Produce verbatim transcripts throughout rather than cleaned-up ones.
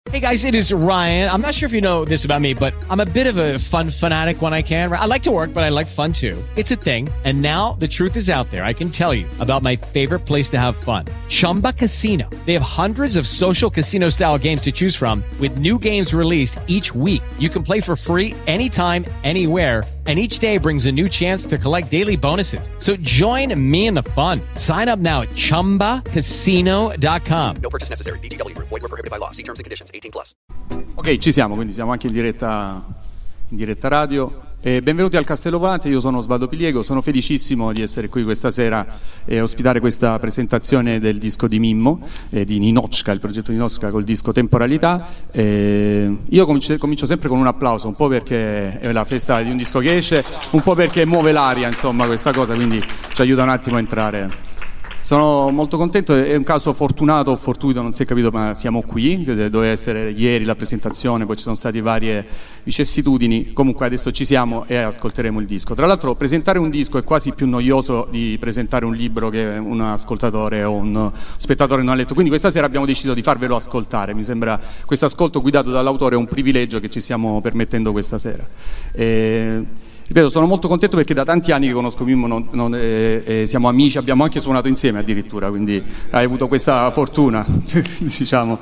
Hey guys, it is Ryan. I'm not sure if you know this about me, but I'm a bit of a fun fanatic when I can. I like to work, but I like fun too. It's a thing. And now the truth is out there. I can tell you about my favorite place to have fun. Chumba Casino. They have hundreds of social casino style games to choose from with new games released each week. You can play for free anytime, anywhere. And each day brings a new chance to collect daily bonuses. So join me in the fun. Sign up now at chumba casino dot com. No purchase necessary. V G W. Void where prohibited by law. See terms and conditions. eighteen plus. Ok, ci siamo, quindi siamo anche in diretta, in diretta radio. E benvenuti al Castello Volante, io sono Osvaldo Piliego, sono felicissimo di essere qui questa sera e ospitare questa presentazione del disco di Mimmo, eh, di Ninocchka, il progetto Ninocchka col disco Temporalità. Eh, io comincio, comincio sempre con un applauso, un po' perché è la festa di un disco che esce, un po' perché muove l'aria, insomma, questa cosa, quindi ci aiuta un attimo a entrare. Sono molto contento, è un caso fortunato o fortuito, non si è capito, ma siamo qui, doveva essere ieri la presentazione, poi ci sono state varie vicissitudini, comunque adesso ci siamo e ascolteremo il disco. Tra l'altro presentare un disco è quasi più noioso di presentare un libro che un ascoltatore o un spettatore non ha letto, quindi questa sera abbiamo deciso di farvelo ascoltare, mi sembra questo ascolto guidato dall'autore è un privilegio che ci stiamo permettendo questa sera. E... ripeto, sono molto contento perché da tanti anni che conosco Mimmo, non, non, eh, eh, siamo amici, abbiamo anche suonato insieme addirittura, quindi hai avuto questa fortuna, diciamo.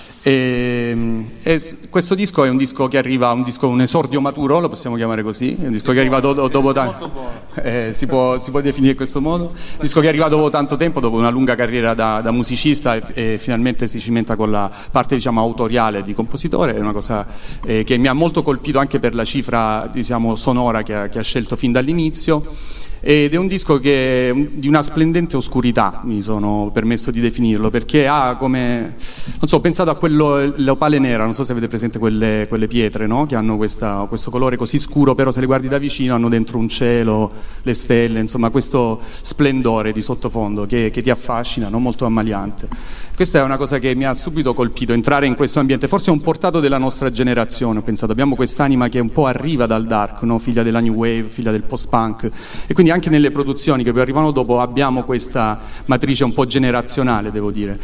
E, e questo disco è un disco che arriva, un disco, un esordio maturo, lo possiamo chiamare così, è un disco che arriva do, do, dopo tanto, eh, si, può, si può definire in questo modo, un disco che arriva dopo tanto tempo, dopo una lunga carriera da, da musicista e, e finalmente si cimenta con la parte, diciamo, autoriale di compositore, è una cosa eh, che mi ha molto colpito anche per la cifra, diciamo, sonora che ha, che ha scelto fin dall'inizio. Ed è un disco che di una splendente oscurità, mi sono permesso di definirlo, perché ha come, non so, ho pensato a quello, l'opale nera, non so se avete presente quelle, quelle pietre, no? Che hanno questa, questo colore così scuro, però se le guardi da vicino hanno dentro un cielo, le stelle, insomma questo splendore di sottofondo che, che ti affascina, no? Molto ammaliante. Questa è una cosa che mi ha subito colpito, entrare in questo ambiente, forse è un portato della nostra generazione, ho pensato, abbiamo quest'anima che un po' arriva dal dark, no? Figlia della new wave, figlia del post-punk, e quindi anche nelle produzioni che poi arrivano dopo abbiamo questa matrice un po' generazionale, devo dire.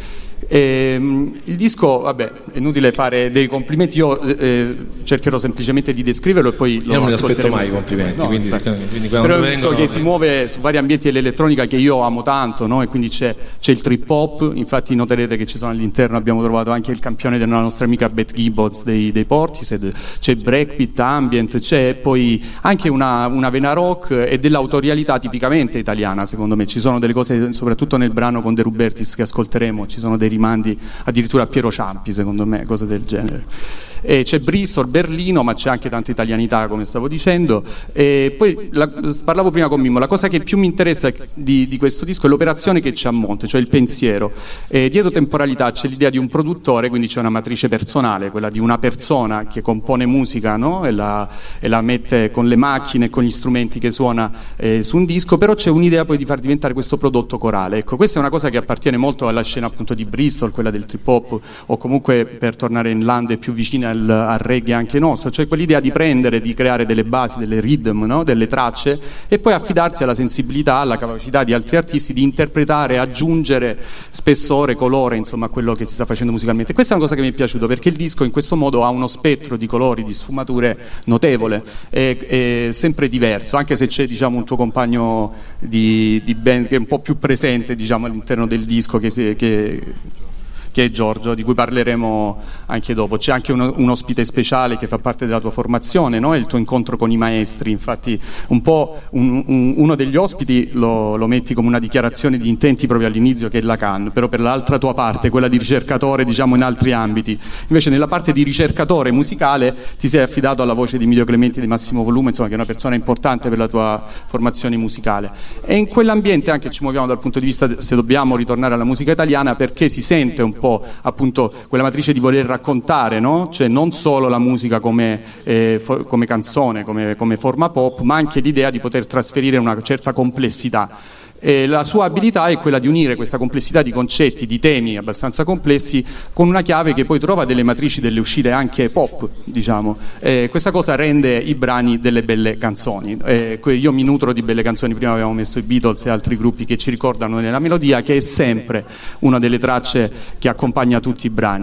E, il disco, vabbè, è inutile fare dei complimenti, io eh, cercherò semplicemente di descriverlo e poi lo io non mi aspetto mai i complimenti, no, quindi, quindi però è un vengono... disco che si muove su vari ambienti dell'elettronica che io amo tanto, no? E quindi c'è, c'è il trip hop, infatti noterete che ci sono all'interno, abbiamo trovato anche il campione della nostra amica Beth Gibbons dei, dei Portishead, c'è breakbeat, ambient, c'è poi anche una, una vena rock e dell'autorialità tipicamente italiana, secondo me ci sono delle cose, soprattutto nel brano con De Rubertis che ascolteremo, ci sono dei rimandi addirittura a Piero Ciampi, secondo me, cose del genere. E c'è Bristol, Berlino, ma c'è anche tanta italianità, come stavo dicendo. E poi la, parlavo prima con Mimmo, la cosa che più mi interessa di, di questo disco è l'operazione che c'è a monte, cioè il pensiero. E dietro Temporalità c'è l'idea di un produttore, quindi c'è una matrice personale, quella di una persona che compone musica, no? e, la, e la mette con le macchine e con gli strumenti che suona eh, su un disco, però c'è un'idea poi di far diventare questo prodotto corale. Ecco, questa è una cosa che appartiene molto alla scena appunto di Bristol, quella del trip hop, o comunque, per tornare in lande più vicine al, al reggae anche nostro, cioè quell'idea di prendere, di creare delle basi, delle rhythm, no? Delle tracce, e poi affidarsi alla sensibilità, alla capacità di altri artisti di interpretare, aggiungere spessore, colore, insomma, a quello che si sta facendo musicalmente. Questa è una cosa che mi è piaciuta, perché il disco in questo modo ha uno spettro di colori, di sfumature notevole, è, è sempre diverso, anche se c'è, diciamo, un tuo compagno di, di band che è un po' più presente, diciamo, all'interno del disco, che, si, che che è Giorgio, di cui parleremo anche dopo. C'è anche uno, un ospite speciale che fa parte della tua formazione, no? È il tuo incontro con i maestri, infatti un po' un, un, uno degli ospiti lo, lo metti come una dichiarazione di intenti proprio all'inizio, che è Lacan, però per l'altra tua parte, quella di ricercatore, diciamo, in altri ambiti. Invece nella parte di ricercatore musicale ti sei affidato alla voce di Emilio Clementi di Massimo Volume, insomma, che è una persona importante per la tua formazione musicale. E in quell'ambiente anche ci muoviamo dal punto di vista, se dobbiamo ritornare alla musica italiana, perché si sente un po' appunto quella matrice di voler raccontare, no? Cioè non solo la musica come, eh, fo- come canzone, come, come forma pop, ma anche l'idea di poter trasferire una certa complessità. E la sua abilità è quella di unire questa complessità di concetti, di temi abbastanza complessi, con una chiave che poi trova delle matrici, delle uscite anche pop, diciamo. E questa cosa rende i brani delle belle canzoni. E io mi nutro di belle canzoni, prima avevamo messo i Beatles e altri gruppi che ci ricordano nella melodia, che è sempre una delle tracce che accompagna tutti i brani.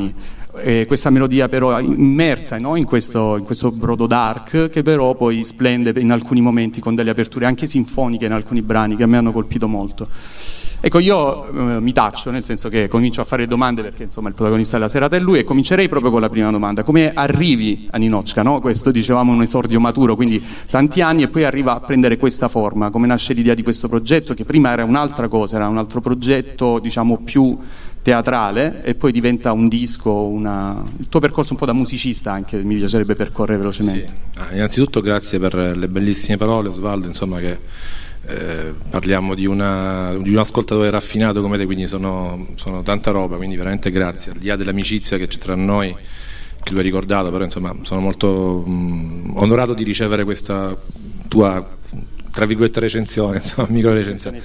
eh, questa melodia però immersa, no? in, questo, in questo brodo dark, che però poi splende in alcuni momenti con delle aperture anche sinfoniche in alcuni brani che a me hanno colpito molto. Ecco, io eh, mi taccio, nel senso che comincio a fare domande, perché insomma il protagonista della serata è lui, e comincerei proprio con la prima domanda: come arrivi a Ninotchka, no? Questo dicevamo un esordio maturo, quindi tanti anni, e poi arriva a prendere questa forma. Come nasce l'idea di questo progetto, che prima era un'altra cosa, era un altro progetto diciamo più teatrale, e poi diventa un disco, una... il tuo percorso un po' da musicista anche mi piacerebbe percorrere velocemente. Sì. Ah, innanzitutto grazie per le bellissime parole, Osvaldo, insomma, che Eh, parliamo di, una, di un ascoltatore raffinato come te, quindi sono, sono tanta roba, quindi veramente grazie, al di là dell'amicizia che c'è tra noi, che tu hai ricordato, però insomma sono molto mh, onorato di ricevere questa tua, tra virgolette, recensione, insomma, micro recensione.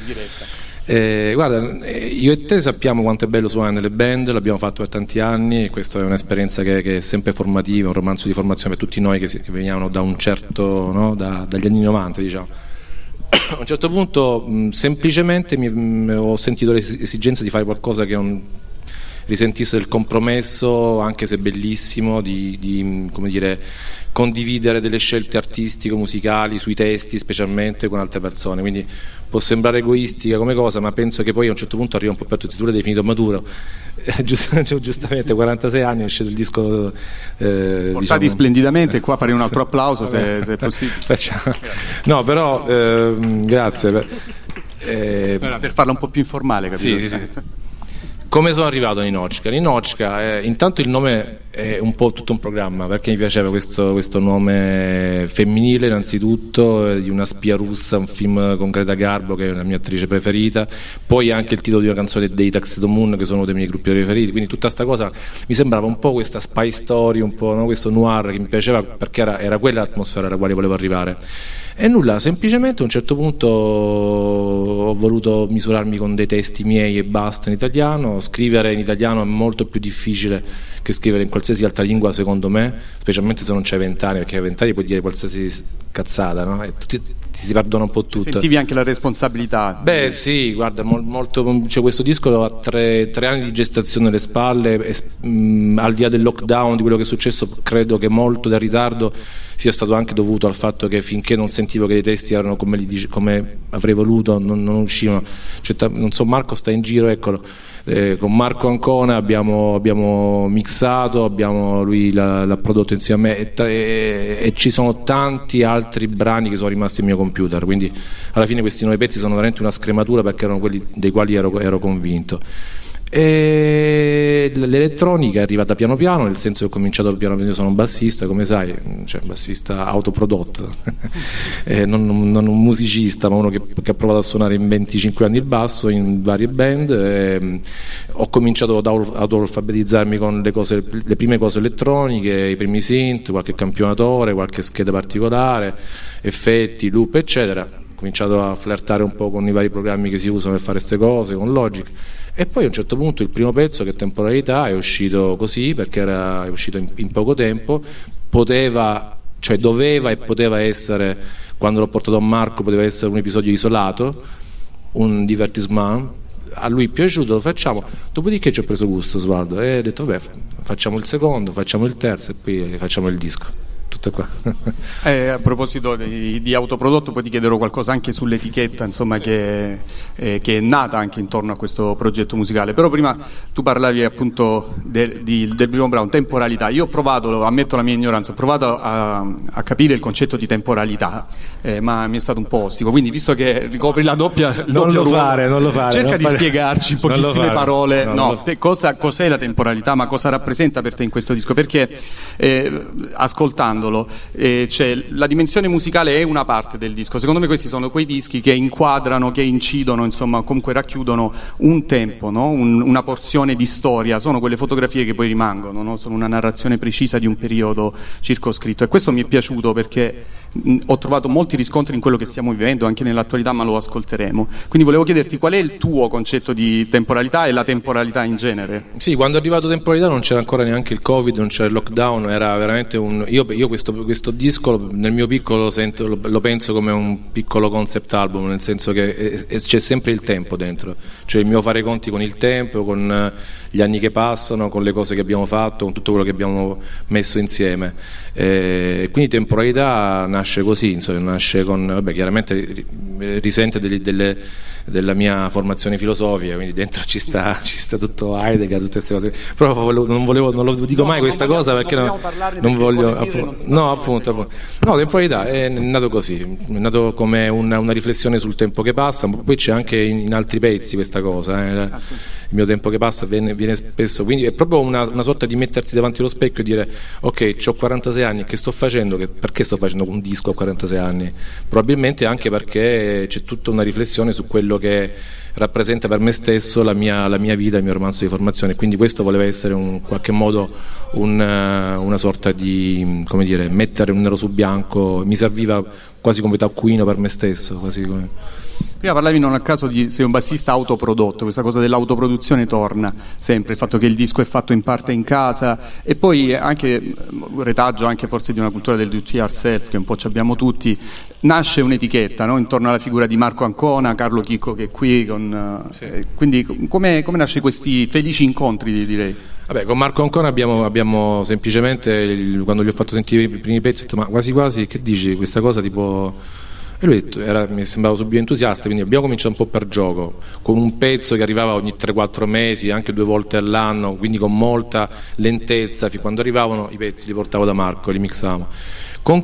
Eh, guarda, io e te sappiamo quanto è bello suonare nelle band, l'abbiamo fatto per tanti anni, e questa è un'esperienza che, che è sempre formativa, un romanzo di formazione per tutti noi che, si, che veniamo da un certo, no, da, dagli anni novanta, diciamo. A un certo punto mh, semplicemente mi, mh, ho sentito l'esigenza di fare qualcosa che non risentisse del compromesso, anche se bellissimo, di, di come dire, condividere delle scelte artistiche, musicali, sui testi specialmente con altre persone. Quindi può sembrare egoistica come cosa, ma penso che poi a un certo punto arriva un po' per tutti, tu l'hai definito maturo, eh, giust- giustamente quarantasei anni è uscito il disco, eh, portati diciamo, splendidamente, qua farei un altro applauso se, se è possibile. No, però eh, grazie per, eh, per farla un po' più informale, capito? Sì, sì, sì. Come sono arrivato a Ninotchka? Ninotchka, eh, intanto il nome è un po' tutto un programma, perché mi piaceva questo, questo nome femminile innanzitutto, eh, di una spia russa, un film con Greta Garbo che è la mia attrice preferita, poi anche il titolo di una canzone dei Tuxedo Moon che sono uno dei miei gruppi preferiti, quindi tutta sta cosa mi sembrava un po' questa spy story, un po', no? Questo noir che mi piaceva, perché era, era quella l'atmosfera alla quale volevo arrivare. E nulla, semplicemente a un certo punto ho voluto misurarmi con dei testi miei e basta in italiano. Scrivere in italiano è molto più difficile che scrivere in qualsiasi altra lingua, secondo me, specialmente se non c'hai vent'anni, perché a vent'anni puoi dire qualsiasi cazzata, no? E ti, ti si perdona un po' tutto. Sentivi anche la responsabilità? Beh sì, guarda, molto, cioè, questo disco ha tre, tre anni di gestazione alle spalle, e, mh, al di là del lockdown, di quello che è successo, credo che molto del ritardo sia stato anche dovuto al fatto che finché non sentivo che i testi erano come, li dice, come avrei voluto, non, non uscivano. Cioè, non so, Marco sta in giro, eccolo. Eh, con Marco Ancona abbiamo, abbiamo mixato, abbiamo, lui l'ha, l'ha prodotto insieme a me, e, e, e ci sono tanti altri brani che sono rimasti al mio computer, quindi alla fine questi nuovi pezzi sono veramente una scrematura, perché erano quelli dei quali ero, ero convinto. E l'elettronica è arrivata piano piano, nel senso che ho cominciato piano piano. Io sono un bassista, come sai, cioè bassista autoprodotto, eh, non, non un musicista, ma uno che, che ha provato a suonare in venticinque anni il basso in varie band. E ho cominciato ad auto-alfabetizzarmi con le, cose, le prime cose elettroniche, i primi synth, qualche campionatore, qualche scheda particolare, effetti, loop, eccetera. Ho cominciato a flirtare un po' con i vari programmi che si usano per fare queste cose, con Logic. E poi a un certo punto il primo pezzo, che è Temporalità, è uscito così, perché era è uscito in, in poco tempo, poteva, cioè doveva e poteva essere, quando l'ho portato a Marco, poteva essere un episodio isolato, un divertissement. A lui è piaciuto, lo facciamo. Dopodiché ci ho preso gusto, Osvaldo, e ho detto vabbè, facciamo il secondo, facciamo il terzo e poi facciamo il disco. Tutto qua. eh, a proposito di, di autoprodotto, poi ti chiederò qualcosa anche sull'etichetta, insomma, che, eh, che è nata anche intorno a questo progetto musicale. Però prima tu parlavi appunto de, di, del primo brano, temporalità. Io ho provato, ammetto la mia ignoranza, ho provato a, a capire il concetto di temporalità, eh, ma mi è stato un po' ostico, quindi visto che ricopri la doppia, il non doppio lo ruolo, fare, non lo fare, cerca non di fare. spiegarci in pochissime parole, no, no, te, cosa, cos'è la temporalità, ma cosa rappresenta per te in questo disco, perché eh, ascoltando Eh, cioè, la dimensione musicale è una parte del disco. Secondo me questi sono quei dischi che inquadrano, che incidono, insomma, comunque racchiudono un tempo, no? un, una porzione di storia. Sono quelle fotografie che poi rimangono, no? Sono una narrazione precisa di un periodo circoscritto, e questo mi è piaciuto perché mh, ho trovato molti riscontri in quello che stiamo vivendo anche nell'attualità, ma lo ascolteremo. Quindi volevo chiederti qual è il tuo concetto di temporalità e la temporalità in genere. Sì, quando è arrivato Temporalità non c'era ancora neanche il Covid, non c'era il lockdown, era veramente un... Io, io questo, questo disco nel mio piccolo lo, sento, lo, lo penso come un piccolo concept album, nel senso che è, è, c'è sempre il tempo dentro, cioè il mio fare i conti con il tempo, con gli anni che passano, con le cose che abbiamo fatto, con tutto quello che abbiamo messo insieme. E quindi Temporalità nasce così, insomma, nasce con, vabbè, chiaramente risente delle, delle, della mia formazione filosofica, quindi dentro ci sta, ci sta tutto Heidegger, tutte queste cose, però non volevo, non lo dico no, mai questa vogliamo, cosa perché non, non, non voglio appunto, appunto, no appunto, appunto no Temporalità è nato così, è nato come una, una riflessione sul tempo che passa, ma poi c'è anche in, in altri pezzi questa cosa, eh. Ah, sì. Il mio tempo che passa viene, viene spesso, quindi è proprio una, una sorta di mettersi davanti allo specchio e dire ok, ho quarantasei anni, che sto facendo, che, perché sto facendo un disco a quarantasei anni? Probabilmente anche perché c'è tutta una riflessione su quello che rappresenta per me stesso la mia, la mia vita, il mio romanzo di formazione, quindi questo voleva essere in qualche modo un, una sorta di, come dire, mettere un nero su bianco, mi serviva quasi come taccuino per me stesso, quasi come... Prima parlavi non a caso di sei un bassista autoprodotto, questa cosa dell'autoproduzione torna sempre, il fatto che il disco è fatto in parte in casa e poi anche retaggio anche forse di una cultura del do it yourself che un po' ci abbiamo tutti, nasce un'etichetta, no? Intorno alla figura di Marco Ancona, Carlo Chicco che è qui, con, sì. eh, quindi come, come nasce questi felici incontri, direi? Vabbè, con Marco Ancona abbiamo, abbiamo semplicemente, il, quando gli ho fatto sentire i primi pezzi, ho detto ma quasi quasi, che dici, questa cosa tipo... E lui era, mi sembrava subito entusiasta, quindi abbiamo cominciato un po' per gioco, con un pezzo che arrivava ogni tre quattro mesi, anche due volte all'anno, quindi con molta lentezza, quando arrivavano i pezzi li portavo da Marco, li mixavamo. Con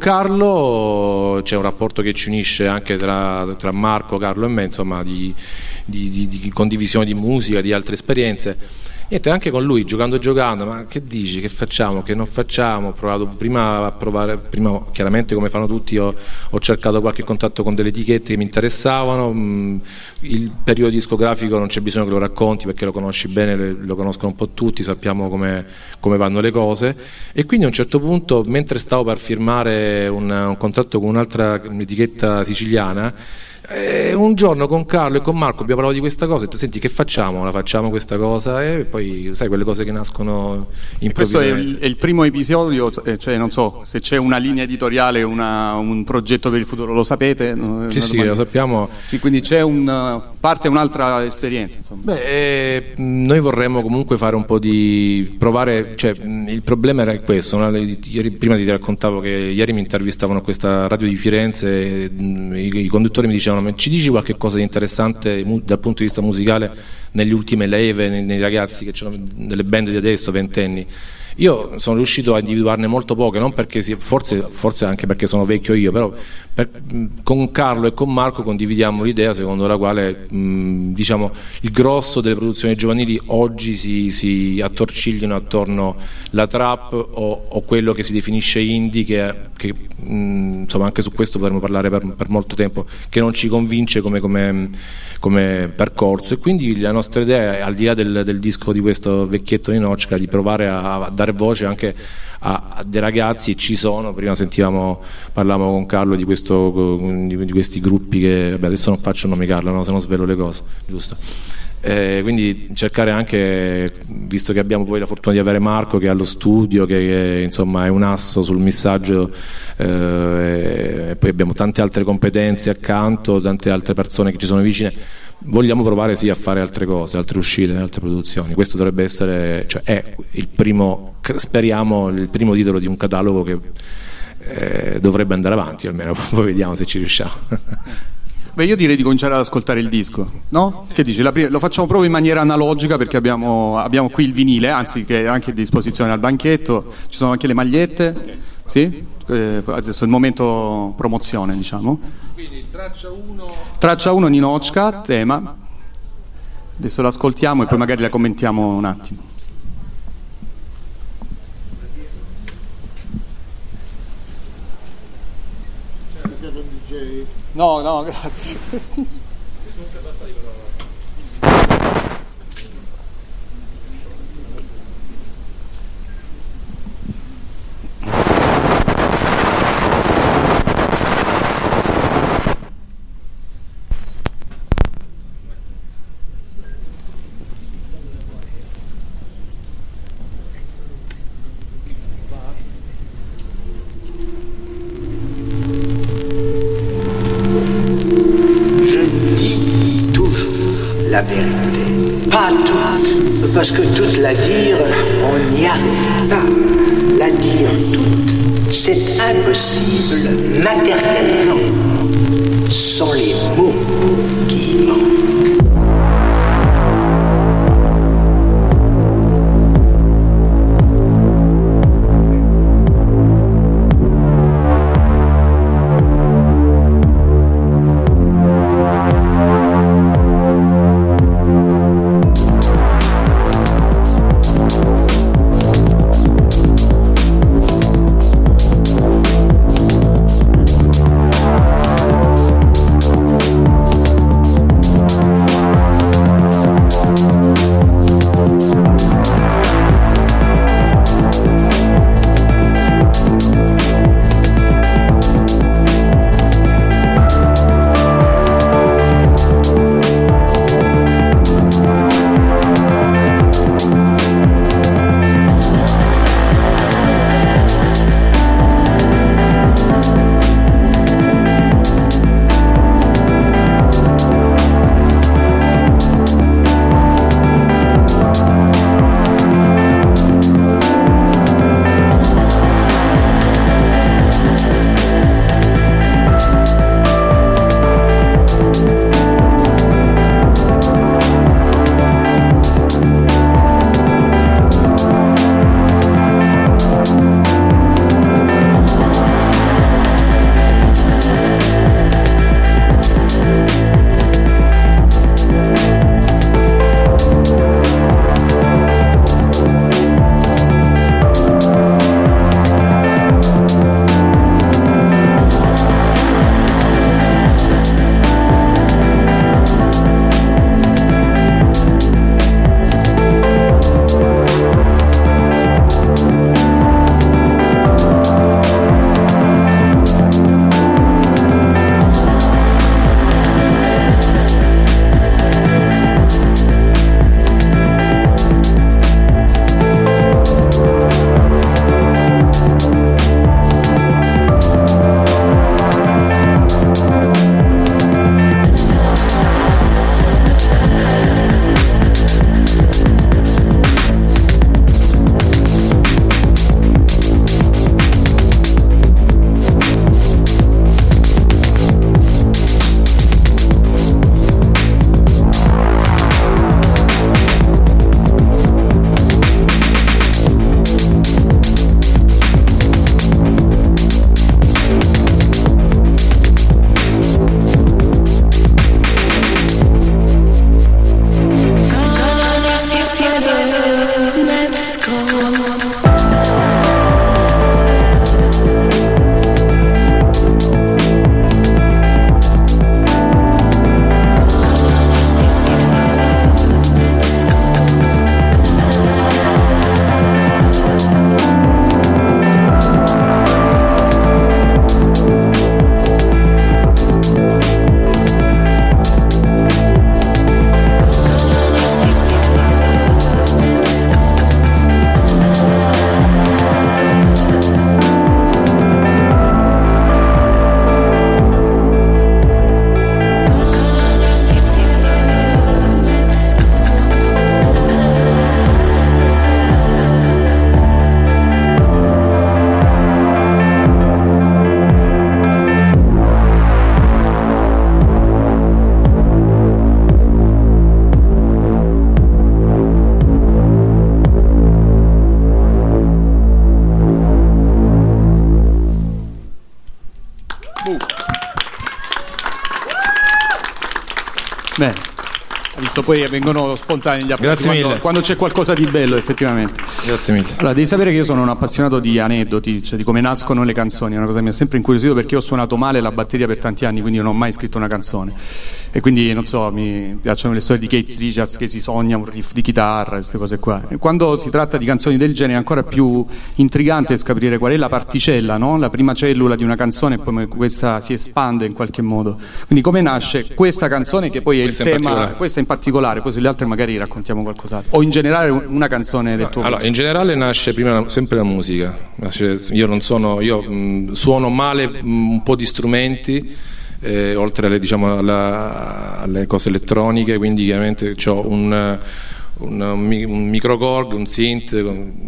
Carlo c'è un rapporto che ci unisce anche tra, tra Marco, Carlo e me, insomma, di, di, di, di condivisione di musica, di altre esperienze. Niente, anche con lui, giocando giocando, ma che dici, che facciamo, che non facciamo? Ho provato prima a provare, prima chiaramente come fanno tutti, ho, ho cercato qualche contatto con delle etichette che mi interessavano, il periodo discografico non c'è bisogno che lo racconti perché lo conosci bene, lo conoscono un po' tutti, sappiamo come, come vanno le cose, e quindi a un certo punto, mentre stavo per firmare un, un contratto con un'altra etichetta siciliana, Eh, un giorno con Carlo e con Marco abbiamo parlato di questa cosa e ho detto senti che facciamo, la facciamo questa cosa, e poi sai quelle cose che nascono improvvisamente. Questo è il, è il primo episodio, cioè non so se c'è una linea editoriale, una, un progetto per il futuro, lo sapete? Sì, sì, lo sappiamo. Sì, quindi c'è un, parte un'altra esperienza, insomma. Beh, eh, noi vorremmo comunque fare un po' di provare, cioè il problema era questo, no? Ieri, prima ti raccontavo che ieri mi intervistavano a questa radio di Firenze, i, i conduttori mi dicevano ma ci dici qualche cosa di interessante dal punto di vista musicale nelle ultime leve, nei, nei ragazzi che hanno delle band di adesso, ventenni? Io sono riuscito a individuarne molto poche, non perché si, forse, forse anche perché sono vecchio io, però per, con Carlo e con Marco condividiamo l'idea secondo la quale mh, diciamo il grosso delle produzioni giovanili oggi si, si attorcigliano attorno alla trap o, o quello che si definisce indie, che, che mh, insomma anche su questo potremmo parlare per, per molto tempo, che non ci convince come, come, come percorso, e quindi la nostra idea è, al di là del, del disco di questo vecchietto di Nocca, di provare a, a dare voce anche a, a dei ragazzi, e ci sono, prima sentivamo, parlavamo con Carlo di, questo, di, di questi gruppi che, vabbè, adesso non faccio il nome Carlo, no, se non svelo le cose, giusto? Eh, quindi cercare anche, visto che abbiamo poi la fortuna di avere Marco che è allo studio, che, che insomma è un asso sul missaggio, eh, e poi abbiamo tante altre competenze accanto, tante altre persone che ci sono vicine, vogliamo provare sì a fare altre cose, altre uscite, altre produzioni. Questo dovrebbe essere, cioè è il primo, speriamo, il primo titolo di un catalogo che eh, dovrebbe andare avanti, almeno poi vediamo se ci riusciamo. Beh, io direi di cominciare ad ascoltare il disco, no? Che dici? La prima, lo facciamo proprio in maniera analogica perché abbiamo, abbiamo qui il vinile, anzi che è anche a disposizione al banchetto, ci sono anche le magliette, sì? Eh, adesso è il momento promozione, diciamo. Quindi traccia uno Traccia uno Ninocca, tema. Adesso l'ascoltiamo e poi magari la commentiamo un attimo. No, no, grazie. La vérité, pas toute. Parce que toute la dire, on n'y arrive pas. La dire toute, c'est impossible matériellement. Ce sont les mots qui y manquent. Bene, visto poi vengono spontanei gli applausi quando, quando c'è qualcosa di bello effettivamente. Grazie mille. Allora, devi sapere che io sono un appassionato di aneddoti, cioè di come nascono le canzoni, è una cosa che mi ha sempre incuriosito perché io ho suonato male la batteria per tanti anni, quindi non ho mai scritto una canzone e quindi non so, mi piacciono le storie di Keith Richards che si sogna un riff di chitarra, queste cose qua. E quando si tratta di canzoni del genere è ancora più intrigante scoprire qual è la particella, no? La prima cellula di una canzone e poi questa si espande in qualche modo. Quindi come nasce questa canzone che poi è questa il tema, questa in particolare, poi sulle altre magari raccontiamo qualcos'altro. O in generale una canzone del tuo no, allora, in generale nasce prima la, sempre la musica. Nasce, io non sono, io mh, suono male mh, un po' di strumenti. Eh, oltre alle, diciamo, alla, alle cose elettroniche, quindi chiaramente ho un, un, un microcorg, un synth,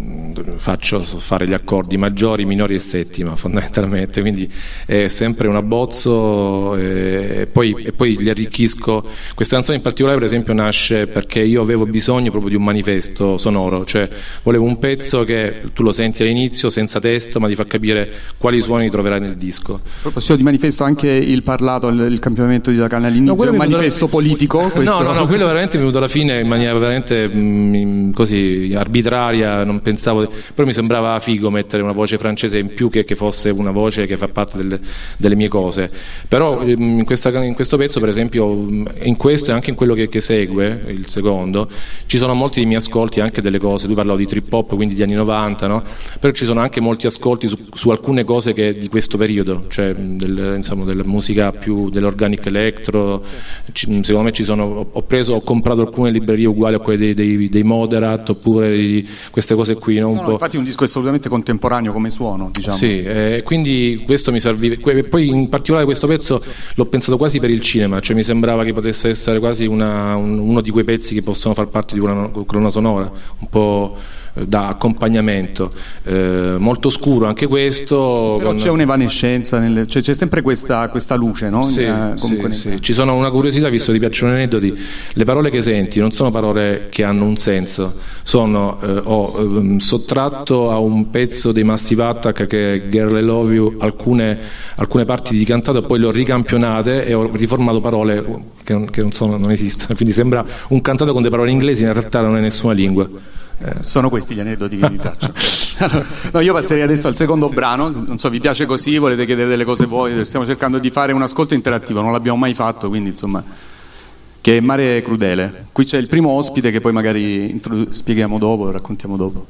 faccio fare gli accordi maggiori, minori e settima fondamentalmente, quindi è sempre un abbozzo e poi, e poi li arricchisco. Questa canzone in particolare per esempio nasce perché io avevo bisogno proprio di un manifesto sonoro, cioè volevo un pezzo che tu lo senti all'inizio senza testo ma ti fa capire quali suoni troverai nel disco. A proposito di manifesto, anche il parlato, il, il cambiamento di Lacan all'inizio, no, è un manifesto alla... politico? No, no, no, quello veramente mi è venuto alla fine in maniera veramente mh, così arbitraria, non pensavo, però mi sembrava figo mettere una voce francese in più che, che fosse una voce che fa parte delle, delle mie cose. Però mh, in, questa, in questo pezzo per esempio, in questo e anche in quello che, che segue, il secondo, ci sono molti dei miei ascolti anche delle cose, lui parlava di trip hop, quindi di anni novanta, no? Però ci sono anche molti ascolti su, su alcune cose che di questo periodo, cioè del, insomma, della musica più dell'organic electro. Ci, secondo me ci sono, ho preso, ho comprato alcune librerie uguali a quelle dei, dei, dei Moderat, oppure di queste cose qui, no? Un no, po'. Infatti è un disco assolutamente contemporaneo come suono, diciamo. Sì, eh, quindi questo mi serviva, poi in particolare questo pezzo l'ho pensato quasi per il cinema, cioè mi sembrava che potesse essere quasi una, un, uno di quei pezzi che possono far parte di una colonna sonora, un po' da accompagnamento, eh, molto scuro anche questo, però con... c'è un'evanescenza nelle... cioè, c'è sempre questa, questa luce, no? Sì, eh, sì, sì. Ci sono una curiosità, visto che ti piacciono gli aneddoti, le parole che senti non sono parole che hanno un senso, sono eh, ho eh, sottratto a un pezzo dei Massive Attack che è Girl I Love You alcune, alcune parti di cantato e poi le ho ricampionate e ho riformato parole che non, che non, sono, non esistono, quindi sembra un cantato con delle parole inglesi, in realtà non è nessuna lingua. Eh, sono questi gli aneddoti che mi piacciono. No, io passerei adesso al secondo brano, non so, vi piace così, volete chiedere delle cose voi, stiamo cercando di fare un ascolto interattivo, non l'abbiamo mai fatto, quindi insomma, che è Mare Crudele. Qui c'è il primo ospite che poi magari introdu- spieghiamo dopo, raccontiamo dopo.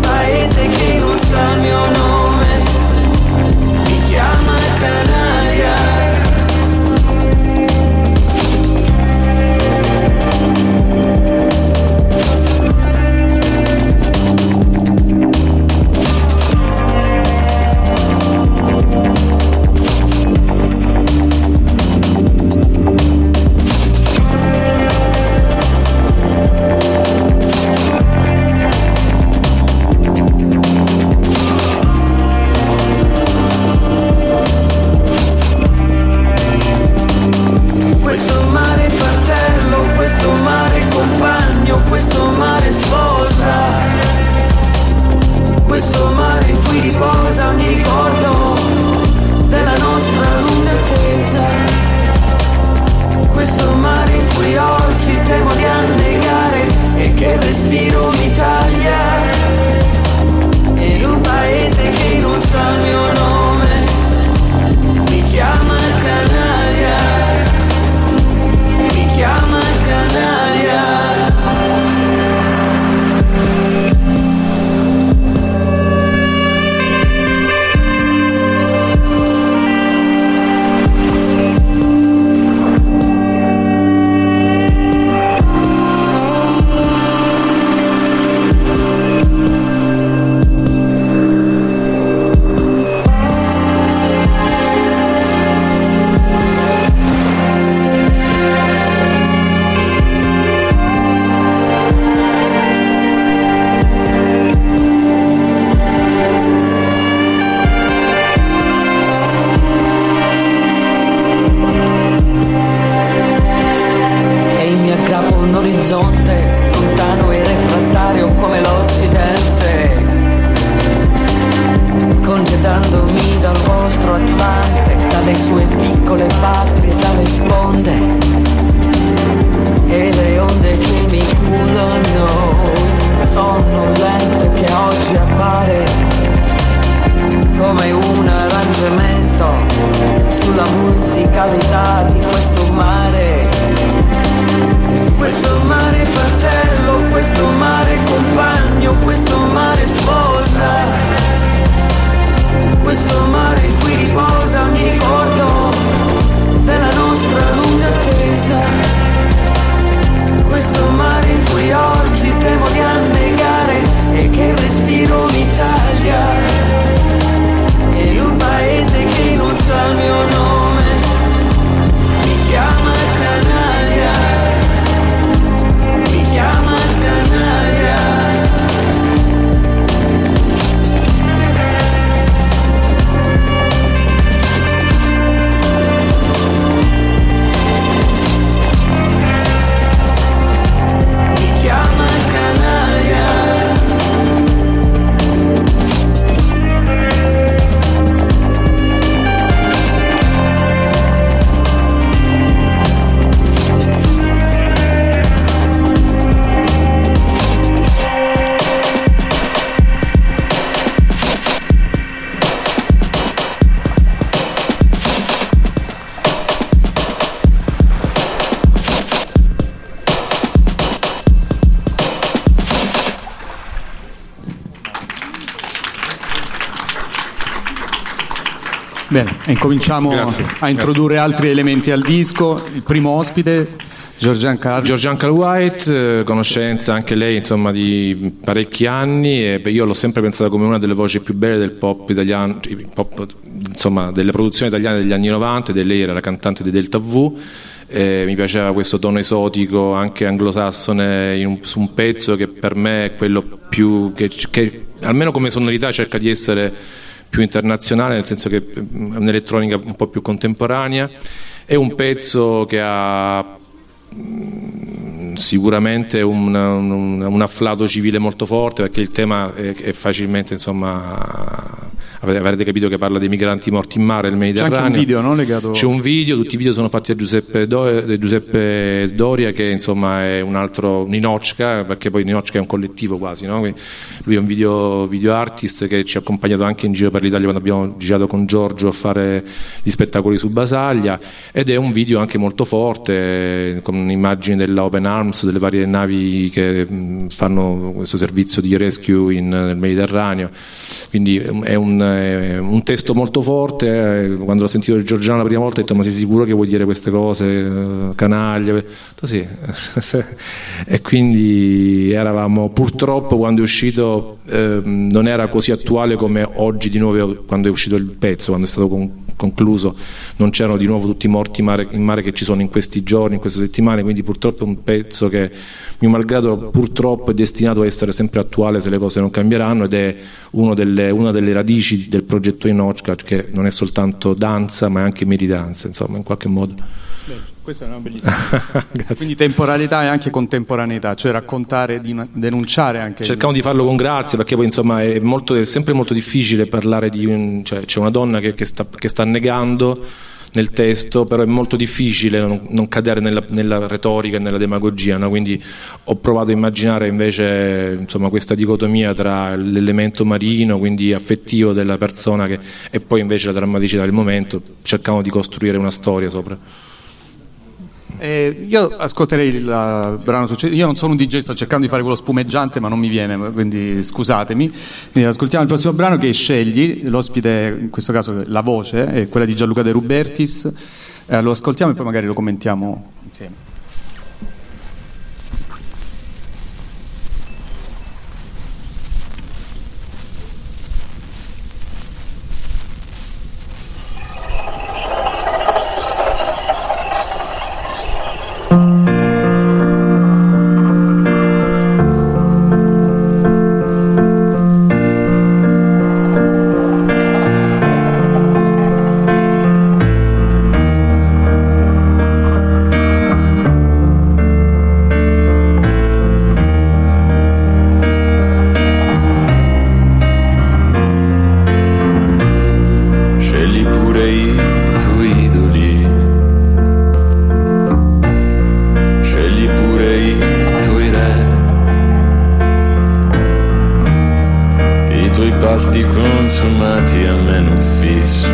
Paese che non sa il mio nome, mi chiama Canaria. risponde e le onde che mi cullano, sonno lento che oggi appare come un arrangiamento sulla musicalità di questo mare, questo mare fratello, questo mare compagno, questo mare sposa, questo mare in cui riposa, mi ricordo della nostra lunga attesa, questo mare in cui oggi temo di annegare e che respiro l'Italia, e un paese che non sa il mio nome, mi chiama canaglia, mi chiama canaglia. Bene, e incominciamo Grazie. a introdurre Grazie. altri elementi al disco. Il primo ospite, Georgian Carl. Georgian Carl White, eh, conoscenza anche lei insomma di parecchi anni, e io l'ho sempre pensata come una delle voci più belle del pop italiano, pop, insomma delle produzioni italiane degli anni novanta, e lei era la cantante di Delta V. Eh, mi piaceva questo tono esotico anche anglosassone in un, su un pezzo che per me è quello più che, che almeno come sonorità cerca di essere più internazionale, nel senso che è un'elettronica un po' più contemporanea. È un pezzo che ha mh, sicuramente un, un, un afflato civile molto forte, perché il tema è, è facilmente, insomma, avrete capito che parla dei migranti morti in mare nel Mediterraneo. C'è anche un video, no, legato? C'è un video, tutti i video sono fatti da Giuseppe, Do- Giuseppe Doria, che insomma è un altro Ninocca, perché poi Ninocca è un collettivo quasi, no? Lui è un video, video artist che ci ha accompagnato anche in giro per l'Italia quando abbiamo girato con Giorgio a fare gli spettacoli su Basaglia, ed è un video anche molto forte, con immagini della Open Arms, delle varie navi che mh, fanno questo servizio di rescue in, nel Mediterraneo. Quindi è un, è un testo molto forte. Quando l'ho sentito Giorgiano la prima volta ho detto: ma sei sicuro che vuoi dire queste cose, canaglia? Ho detto, sì. E quindi eravamo, purtroppo quando è uscito eh, non era così attuale come oggi di nuovo, quando è uscito il pezzo, quando è stato con, concluso, non c'erano di nuovo tutti i morti in mare, in mare che ci sono in questi giorni, in queste settimane, quindi purtroppo è un pezzo che, mio malgrado, purtroppo è destinato a essere sempre attuale se le cose non cambieranno, ed è uno delle, una delle radici del progetto Ninocca, che non è soltanto danza ma è anche militanza, insomma, in qualche modo. Bene. Questa è una bellissima. Quindi temporalità e anche contemporaneità, cioè raccontare, di una, denunciare anche. Cerchiamo di farlo con grazia, perché poi insomma è, molto, è sempre molto difficile parlare di un, cioè c'è una donna che, che, sta, che sta negando nel testo, però è molto difficile non, non cadere nella, nella retorica e nella demagogia, no? Quindi ho provato a immaginare invece, insomma, questa dicotomia tra l'elemento marino, quindi affettivo della persona, che, e poi invece la drammaticità del momento. Cercavo di costruire una storia sopra. Eh, io ascolterei il uh, brano successivo. Io non sono un D J, sto cercando di fare quello spumeggiante ma non mi viene, quindi scusatemi. Quindi ascoltiamo il prossimo brano, che è Scegli. L'ospite in questo caso, la voce è quella di Gianluca De Rubertis. Eh, lo ascoltiamo e poi magari lo commentiamo insieme. Thank consumati a meno fisso,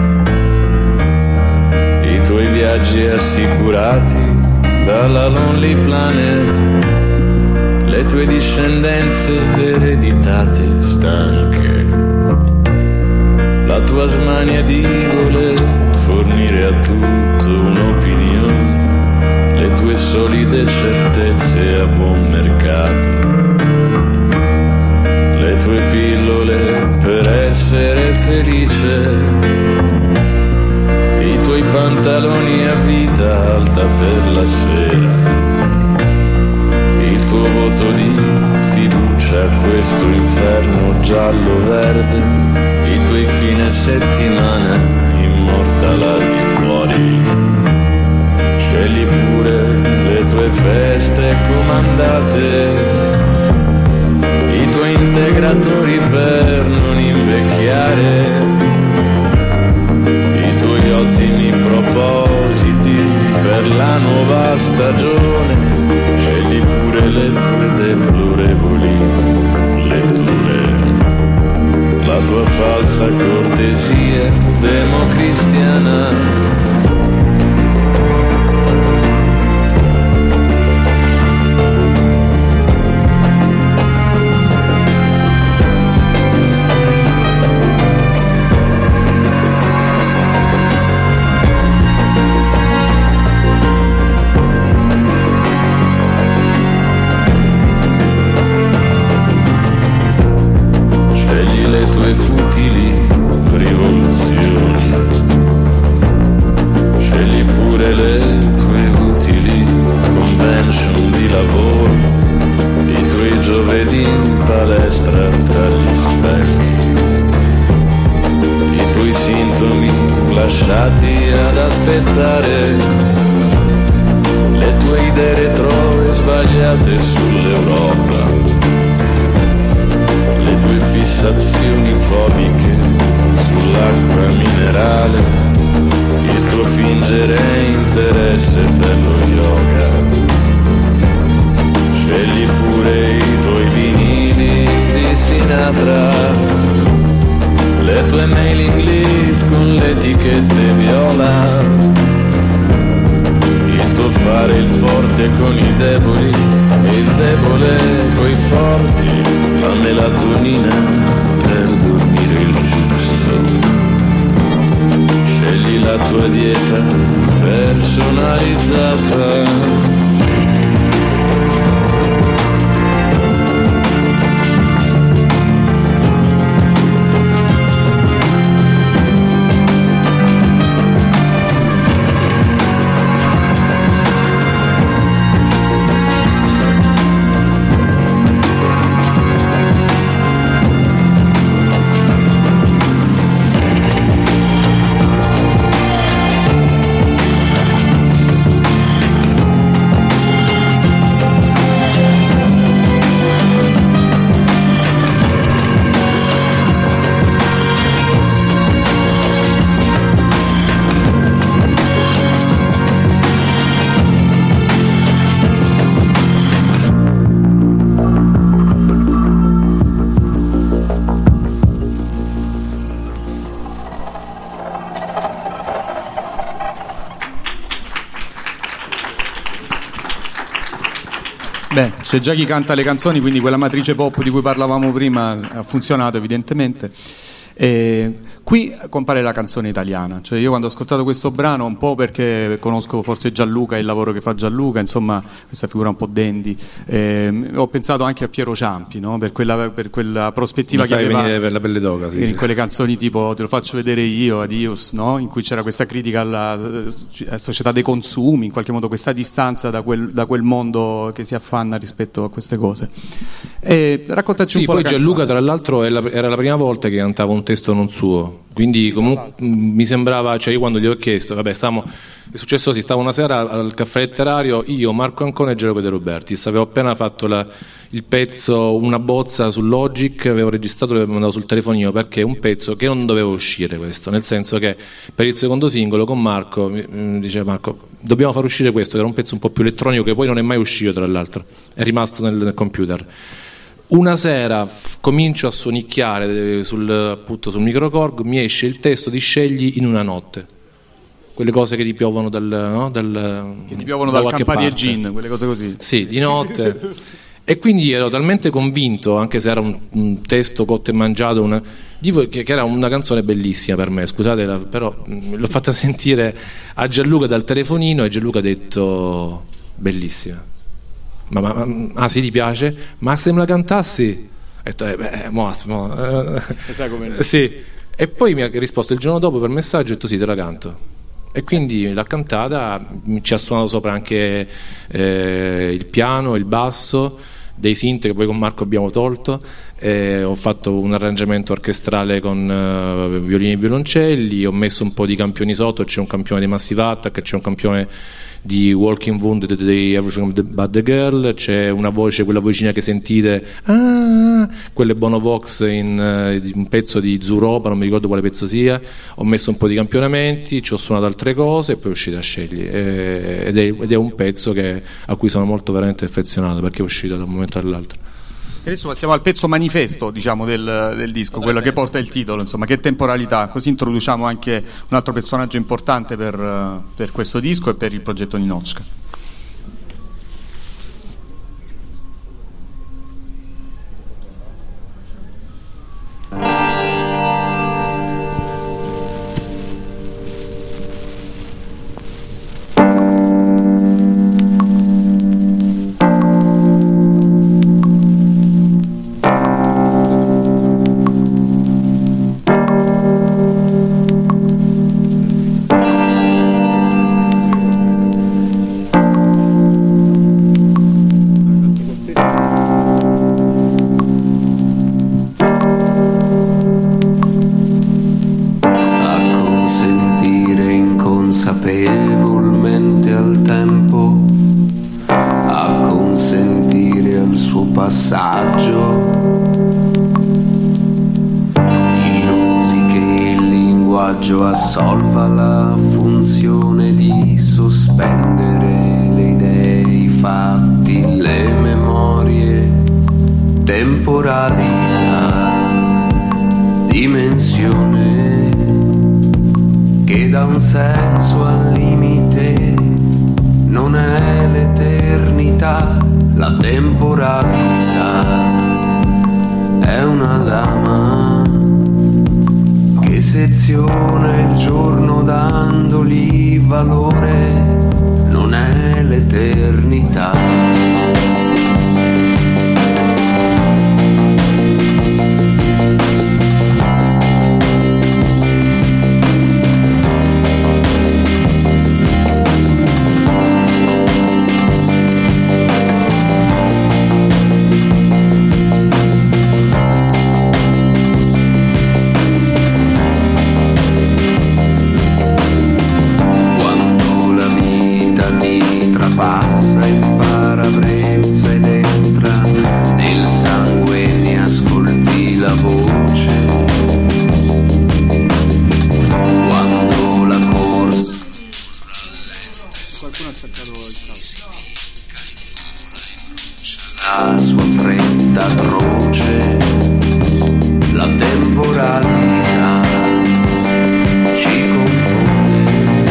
i tuoi viaggi assicurati dalla Lonely Planet, le tue discendenze ereditate stanche, la tua smania di voler fornire a tutto un'opinione, le tue solide certezze a buon mercato, le tue pillole per essere felice, i tuoi pantaloni a vita alta per la sera, il tuo voto di fiducia a questo inferno giallo-verde, i tuoi fine settimana immortalati fuori, scegli pure le tue feste comandate, i tuoi integratori per non invecchiare, i tuoi ottimi propositi per la nuova stagione, scegli pure le tue deplorevoli letture, la tua falsa cortesia democristiana. Ad aspettare le tue idee retro e sbagliate sull'Europa, le tue fissazioni fobiche sull'acqua minerale, il tuo fingere interesse per lo yoga, scegli pure i tuoi vinili di Sinatra, le tue mailing list con le etichette viola, il tuo fare il forte con i deboli e il debole coi forti, la melatonina per dormire il giusto, scegli la tua dieta personalizzata. Beh, c'è già chi canta le canzoni, quindi quella matrice pop di cui parlavamo prima ha funzionato evidentemente. E qui compare la canzone italiana, cioè io quando ho ascoltato questo brano, un po' perché conosco forse Gianluca e il lavoro che fa Gianluca, insomma questa figura un po' dandy, eh, ho pensato anche a Piero Ciampi, no? per, quella, per quella prospettiva Mi che aveva per la pelle d'oca, sì. in quelle canzoni tipo Te lo faccio vedere io, Adios, no? In cui c'era questa critica alla società dei consumi, in qualche modo questa distanza da quel, da quel mondo che si affanna rispetto a queste cose. E raccontaci sì, un po' poi la Gianluca canzone. tra l'altro era la prima volta che cantava un testo non suo, quindi comunque mi sembrava, cioè io quando gli ho chiesto, vabbè, stavamo, è successo così, stavo una sera al caffè letterario, io, Marco Ancona e Gianluca De Robertis, avevo appena fatto la, il pezzo, una bozza su Logic, avevo registrato e l'avevo mandato sul telefonino perché è un pezzo che non doveva uscire questo, nel senso che per il secondo singolo con Marco, mi dice Marco, dobbiamo far uscire questo, che era un pezzo un po' più elettronico che poi non è mai uscito tra l'altro, è rimasto nel, nel computer. Una sera f- comincio a sonicchiare sul, appunto, sul microcorg, mi esce il testo di Scegli in una notte. Quelle cose che ti piovono dal, no? dal, che ti piovono da dal Campari e parte. Gin, quelle cose così. Sì, di notte. E quindi ero talmente convinto, anche se era un, un testo cotto e mangiato, una, che, che era una canzone bellissima per me, scusate, la, però mh, l'ho fatta sentire a Gianluca dal telefonino e Gianluca ha detto bellissima. Ma, ma, ma ah sì, ti piace? Ma se me la cantassi? Ho detto, eh, beh, mo, mo, eh. Sì. E poi mi ha risposto il giorno dopo per messaggio e ho detto sì, te la canto. E quindi l'ha cantata, ci ha suonato sopra anche eh, il piano, il basso, dei synth che poi con Marco abbiamo tolto, eh, ho fatto un arrangiamento orchestrale con uh, violini e violoncelli, ho messo un po' di campioni sotto, c'è un campione di Massive Attack, c'è un campione di Walking Wounded di Everything But The Girl, c'è una voce, quella vocina che sentite, ah, quelle Bono Vox in uh, un pezzo di Zuropa, non mi ricordo quale pezzo sia, ho messo un po' di campionamenti, ci ho suonato altre cose e poi è uscita a Scegli, e, ed, è, ed è un pezzo che, a cui sono molto veramente affezionato perché è uscito da un momento all'altro. Adesso passiamo al pezzo manifesto, diciamo, del, del disco, quello che porta il titolo, insomma, che temporalità, così introduciamo anche un altro personaggio importante per, per questo disco e per il progetto Ninotchka. Assolva la funzione di sospendere le idee, i fatti, le memorie, temporalità, dimensione che dà un senso al limite, non è l'eternità, la temporalità è una lama che seziona il giorno dandogli valore, non è l'eternità. La sua fretta atroce, la temporalità ci confonde,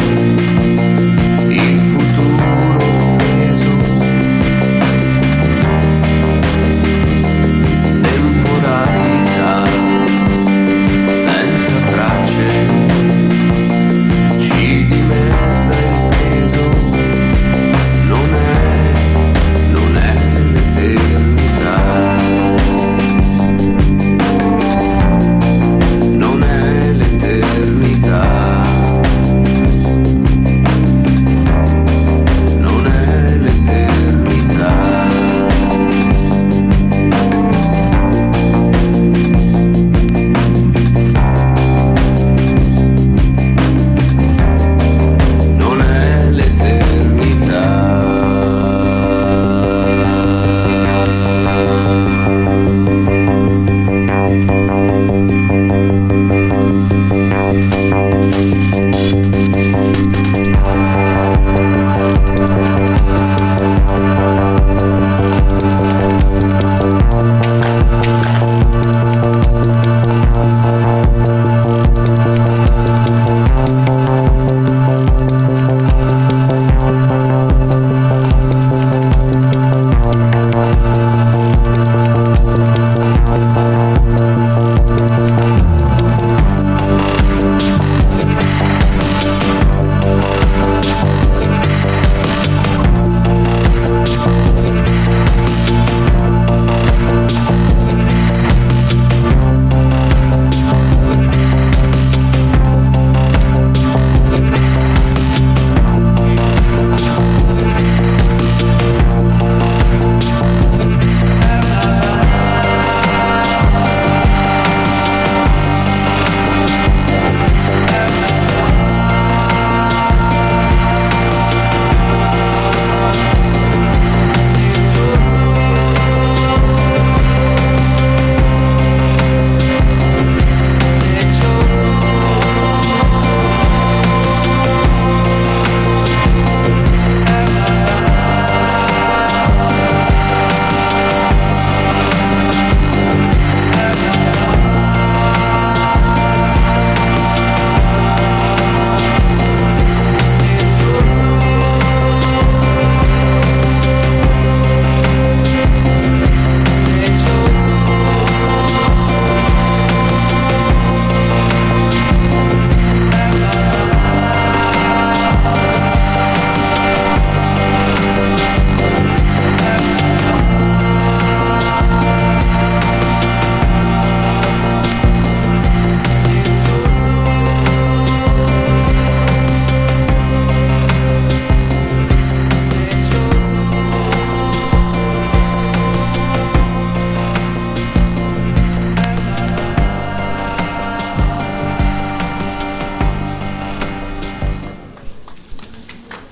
il futuro offeso, temporalità senza tracce, ci dimezza il peso, non è, non è l'eternità.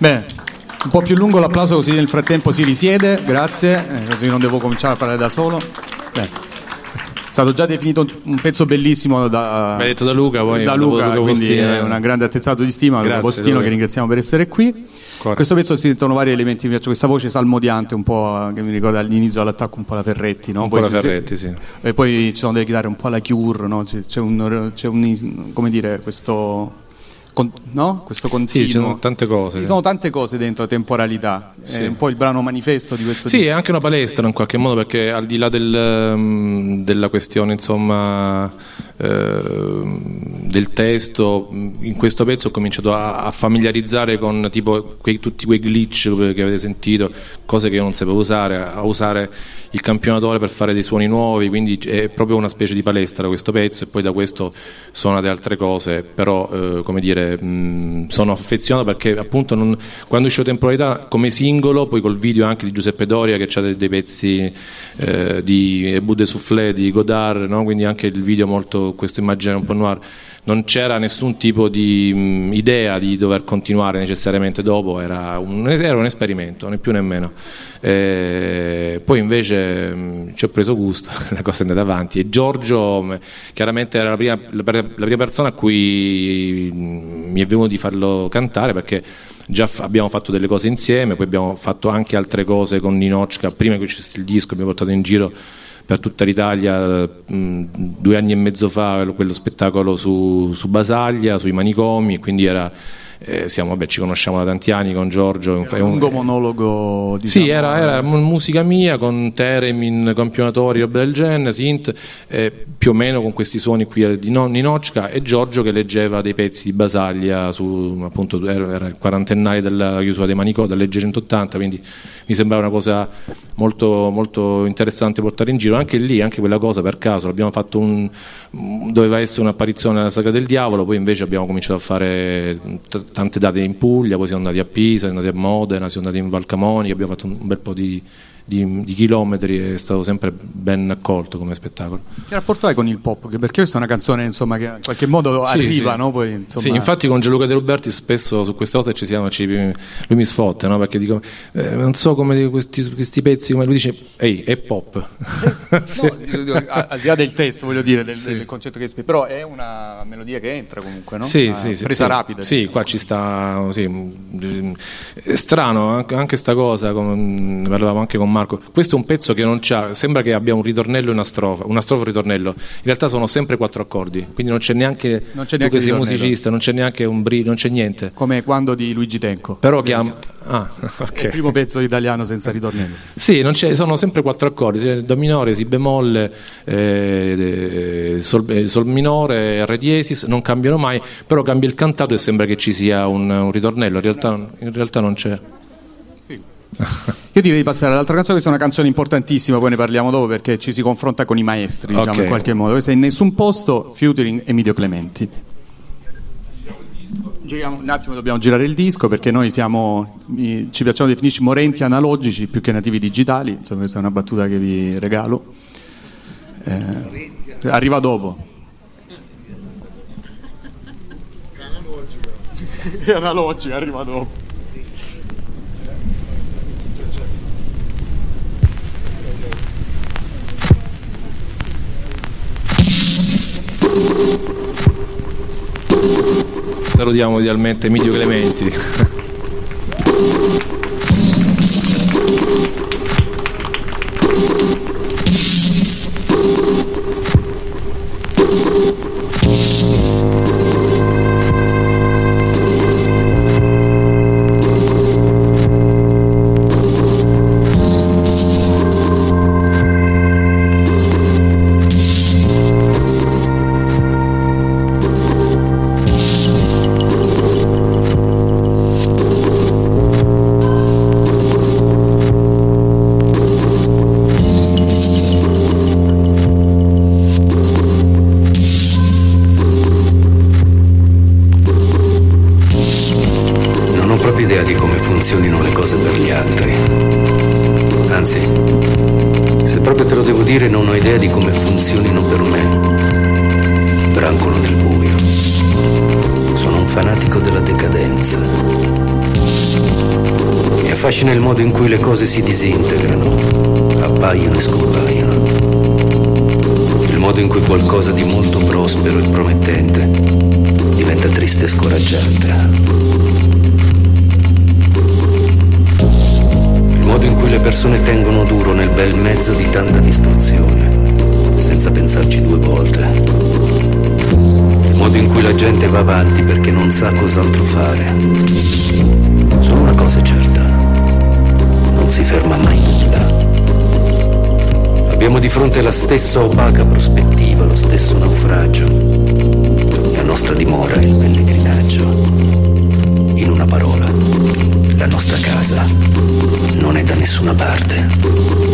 Bene, un po' più lungo l'applauso così nel frattempo si risiede, grazie, eh, così non devo cominciare a parlare da solo. Bene. È stato già definito un pezzo bellissimo da, Mi ha detto da Luca, poi da Luca, Luca quindi Postino, è un grande attezzato di stima, Luca Grazie, Postino, Luca. che ringraziamo per essere qui. Corretto. Questo pezzo si sentono vari elementi, mi piace questa voce salmodiante un po', che mi ricorda all'inizio dell'attacco un po' la Ferretti, no? Un Poi po' la si- Ferretti, sì. E poi ci sono delle chitarre un po' alla Cure, no? C'è, c'è un, c'è un, come dire, questo, con- no? Questo continuo. Sì, ci sono tante cose. Ci sono tante cose dentro temporalità, Sì. è un po' il brano manifesto di questo Sì, disco. è anche una palestra in qualche modo, perché al di là del, um, della questione, insomma, eh, del testo, in questo pezzo ho cominciato a, a familiarizzare con tipo quei, tutti quei glitch che avete sentito, cose che io non sapevo usare, a usare il campionatore per fare dei suoni nuovi, quindi è proprio una specie di palestra questo pezzo, e poi da questo sono nate altre cose, però eh, come dire, mh, sono affezionato perché appunto non, quando uscì Temporalità come singolo, poi col video anche di Giuseppe Doria che ha dei, dei pezzi eh, di Ebou de Soufflé di Godard, no? Quindi anche il video molto, questo immaginario un po' noir, non c'era nessun tipo di mh, idea di dover continuare necessariamente dopo, era un, era un esperimento, né più né meno. E poi invece mh, ci ho preso gusto, la cosa è andata avanti, e Giorgio mh, chiaramente era la prima, la, la prima persona a cui mh, mi è venuto di farlo cantare, perché già f- abbiamo fatto delle cose insieme, poi abbiamo fatto anche altre cose con Ninocca, prima che uscisse il disco abbiamo portato in giro per tutta l'Italia mh, due anni e mezzo fa quello spettacolo su, su Basaglia, sui manicomi, quindi era eh, siamo, vabbè, ci conosciamo da tanti anni con Giorgio, Era un lungo monologo, diciamo. sì, era, era musica mia con Teremin, campionatori, roba del genere, synth, eh, più o meno con questi suoni qui di no- Ninocca, e Giorgio che leggeva dei pezzi di Basaglia su, appunto, era, era il quarantennale della chiusura dei manicomi, della legge centottanta, quindi mi sembrava una cosa molto, molto interessante portare in giro. Anche lì, anche quella cosa per caso l'abbiamo fatto, un, doveva essere un'apparizione alla Sagra del Diavolo, poi invece abbiamo cominciato a fare t- tante date in Puglia, poi siamo andati a Pisa, siamo andati a Modena, siamo andati in Val Camonica, abbiamo fatto un bel po' di, di, di chilometri, è stato sempre ben accolto come spettacolo. Che rapporto hai con il pop? Che perché questa è una canzone, insomma, che in qualche modo Sì, arriva, sì. no? Poi, insomma... Sì, infatti con Gianluca De Roberti spesso su queste cose ci siamo, ci, lui mi sfotte, no? Perché dico, eh, non so come questi, questi pezzi, come lui dice, ehi, è pop. Sì. No, dico, dico, a- al di là del testo, voglio dire, del, del concetto che spiega, però è una melodia che entra comunque, no? Sì, Una sì, sì, presa sì. rapida. Sì, diciamo. qua ci sta, sì, mh, è strano anche, anche sta cosa, come ne parlavamo anche con Marco. Questo è un pezzo che non c'ha, sembra che abbia un ritornello e una strofa, una strofa e un ritornello. In realtà sono sempre quattro accordi, quindi non c'è neanche, Non c'è tu neanche che sei il ritornello. musicista, non c'è neanche un bri, non c'è niente. Come quando di Luigi Tenco. Però chiam- ah, È ok. il primo pezzo italiano senza ritornello. Sì, non c'è, sono sempre quattro accordi, sì, do minore, si bemolle, eh, sol, eh, sol minore, re diesis, non cambiano mai, però cambia il cantato e sembra che ci sia un, un ritornello, in realtà, in realtà non c'è. Io direi di passare all'altra canzone, questa è una canzone importantissima, poi ne parliamo dopo perché ci si confronta con i maestri, diciamo, Ok. in qualche modo. Questa è In Nessun Posto, featuring Emilio Clementi. Giriamo, un attimo dobbiamo girare il disco perché noi siamo, i- ci piacciono definirci morenti analogici più che nativi digitali, insomma questa è una battuta che vi regalo. Eh, arriva dopo. È analogica, arriva dopo. Salutiamo idealmente Emilio Clementi. Non ho proprio idea di come funzionino le cose per gli altri. Anzi, se proprio te lo devo dire, non ho idea di come funzionino per me. Brancolo nel buio. Sono un fanatico della decadenza. Mi affascina il modo in cui le cose si disintegrano, appaiono e scompaiono. Il modo in cui qualcosa di molto prospero e promettente diventa triste e scoraggiante. Il modo in cui le persone tengono duro nel bel mezzo di tanta distruzione, senza pensarci due volte. Il modo in cui la gente va avanti perché non sa cos'altro fare. Solo una cosa è certa: non si ferma mai nulla. Abbiamo di fronte la stessa opaca prospettiva, lo stesso naufragio. La nostra dimora è il pellegrinaggio. In una parola, la nostra casa non è da nessuna parte.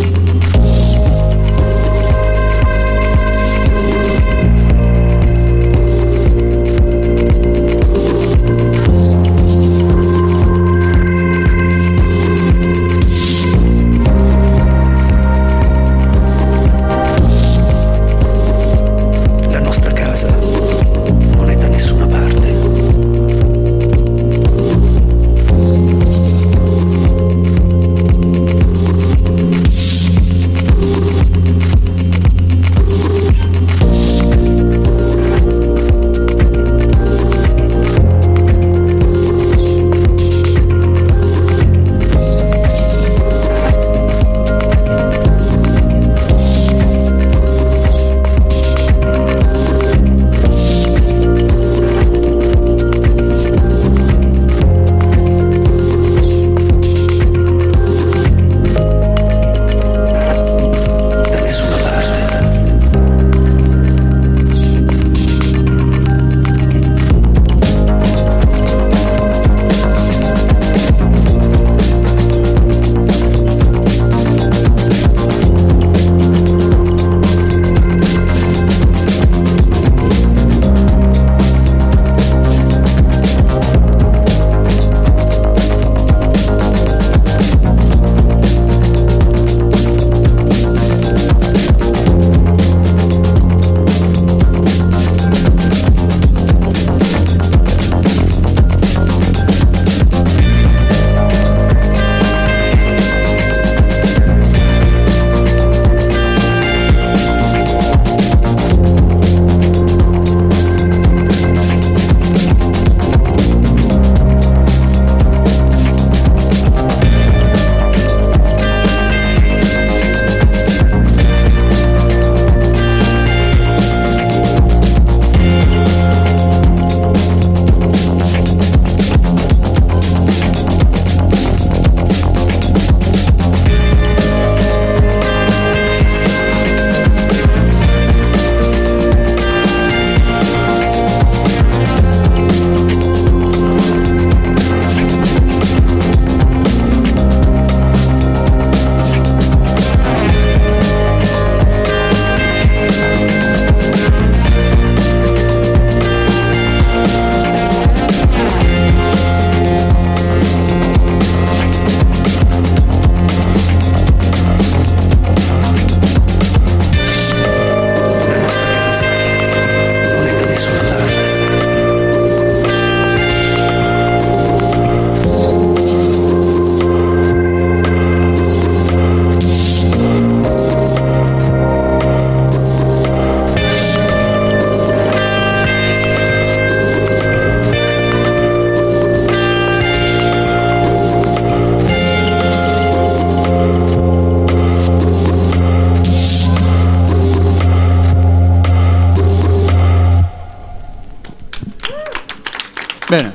Bene,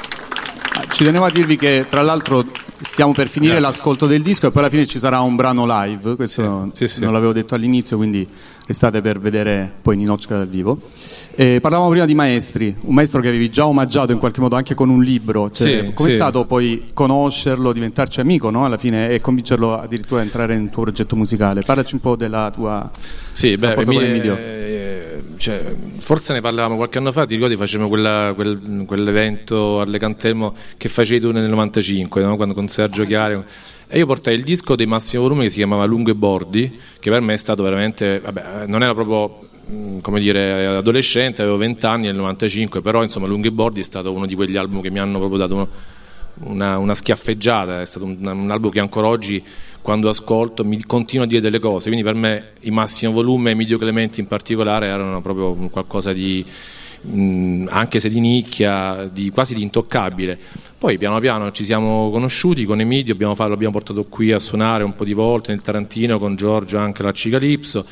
ci tenevo a dirvi che tra l'altro stiamo per finire Grazie. l'ascolto del disco e poi alla fine ci sarà un brano live, questo sì, sì, sì. non l'avevo detto all'inizio, quindi restate per vedere poi Ninocchka dal vivo. Eh, parlavamo prima di maestri, un maestro che avevi già omaggiato in qualche modo anche con un libro, cioè, sì, com'è sì. stato poi conoscerlo, diventarci amico, no? Alla fine, e convincerlo addirittura a entrare nel tuo progetto musicale? Parlaci un po' della tua sì, beh, mi, eh, cioè, forse ne parlavamo qualche anno fa, ti ricordi facevamo quella, quel, quell'evento alle Cantelmo che facevi tu nel novantacinque, no? Quando con Sergio Chiari, e io portai il disco dei Massimo Volume che si chiamava Lungo e Bordi, che per me è stato veramente, vabbè, non era proprio come dire adolescente, avevo venti anni nel novantacinque, però insomma Lunghi e Bordi è stato uno di quegli album che mi hanno proprio dato uno, una, una schiaffeggiata, è stato un, un album che ancora oggi quando ascolto mi continuo a dire delle cose, quindi per me i Massimo Volume e Emilio Clementi in particolare erano proprio qualcosa di mh, anche se di nicchia, di, quasi di intoccabile. Poi piano piano ci siamo conosciuti con Emilio, abbiamo fatto, l'abbiamo portato qui a suonare un po' di volte nel Tarantino con Giorgio anche alla Cicalipso.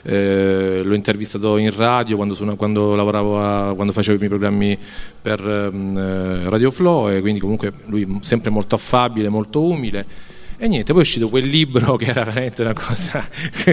Eh, l'ho intervistato in radio quando, suona, quando lavoravo a, quando facevo i miei programmi per eh, Radio Flow, e quindi comunque lui sempre molto affabile, molto umile. E niente, poi è uscito quel libro che era veramente una cosa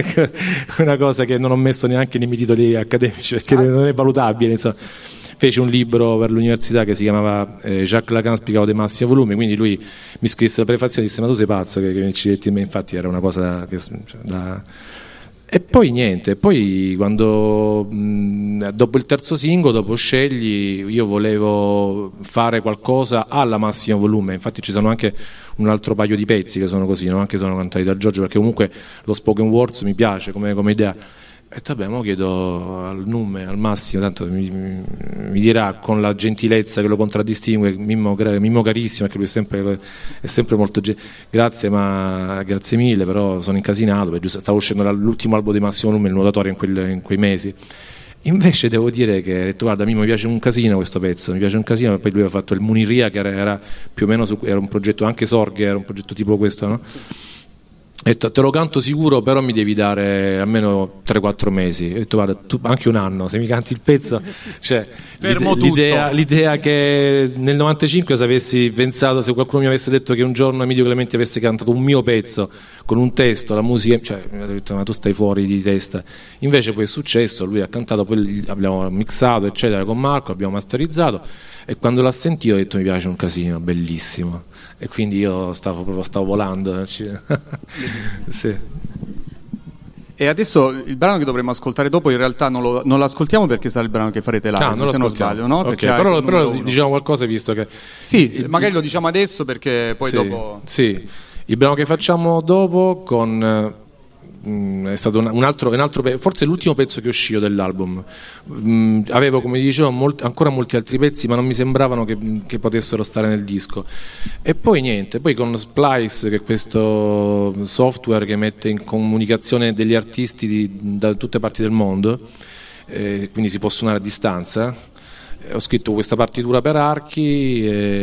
una cosa che non ho messo neanche nei miei titoli accademici perché ah. non è valutabile, insomma. Fece un libro per l'università che si chiamava eh, Jacques Lacan spiegavo dei Massimo Volume, quindi lui mi scrisse la prefazione e disse: ma tu sei pazzo che, che ci detti me? Infatti era una cosa che, cioè, da... E poi niente, poi quando mh, dopo il terzo singolo, dopo Scegli, io volevo fare qualcosa alla Massimo Volume, infatti ci sono anche un altro paio di pezzi che sono così, no? Anche sono cantati da Giorgio, perché comunque lo spoken words mi piace come, come idea. E vabbè, mo chiedo al Nume, al Massimo, tanto mi, mi, mi dirà con la gentilezza che lo contraddistingue, Mimmo, Mimmo carissimo, perché lui è sempre, è sempre molto ge- grazie, ma grazie mille, però sono incasinato, perché giusto, stavo uscendo l'ultimo album di Massimo Nume, il nuotatore, in, quel, in quei mesi. Invece devo dire che ha detto: guarda, Mimmo, mi piace un casino questo pezzo, mi piace un casino, e poi lui ha fatto il Muniria, che era, era più o meno su, era un progetto, anche Sorghe era un progetto tipo questo, no? Ho detto: te lo canto sicuro, però mi devi dare almeno tre quattro mesi. Ho detto: guarda, tu, anche un anno, se mi canti il pezzo, cioè, fermo l'idea, tutto. l'idea che nel novantacinque, se avessi pensato, se qualcuno mi avesse detto che un giorno Emilio Clementi avesse cantato un mio pezzo con un testo, la musica, cioè mi ha detto: ma tu stai fuori di testa. Invece poi è successo, lui ha cantato, poi abbiamo mixato eccetera con Marco, abbiamo masterizzato, e quando l'ha sentito ho detto: mi piace un casino, bellissimo. E quindi io stavo proprio stavo volando. Sì. E adesso il brano che dovremmo ascoltare dopo in realtà non lo, non lo ascoltiamo perché sarà il brano che farete live, ah, non se non sbaglio, no? Okay, Perché però, però diciamo qualcosa, visto che sì, il, magari lo diciamo adesso perché poi sì, dopo sì, il brano che facciamo dopo con mh, è stato un, un, altro, un altro pe- forse l'ultimo pezzo che è uscito dell'album. Mh, avevo, come dicevo, molti, ancora molti altri pezzi, ma non mi sembravano che, che potessero stare nel disco. E poi niente, poi con Splice, che è questo software che mette in comunicazione degli artisti di, da tutte parti del mondo, eh, quindi si può suonare a distanza. Ho scritto questa partitura per archi,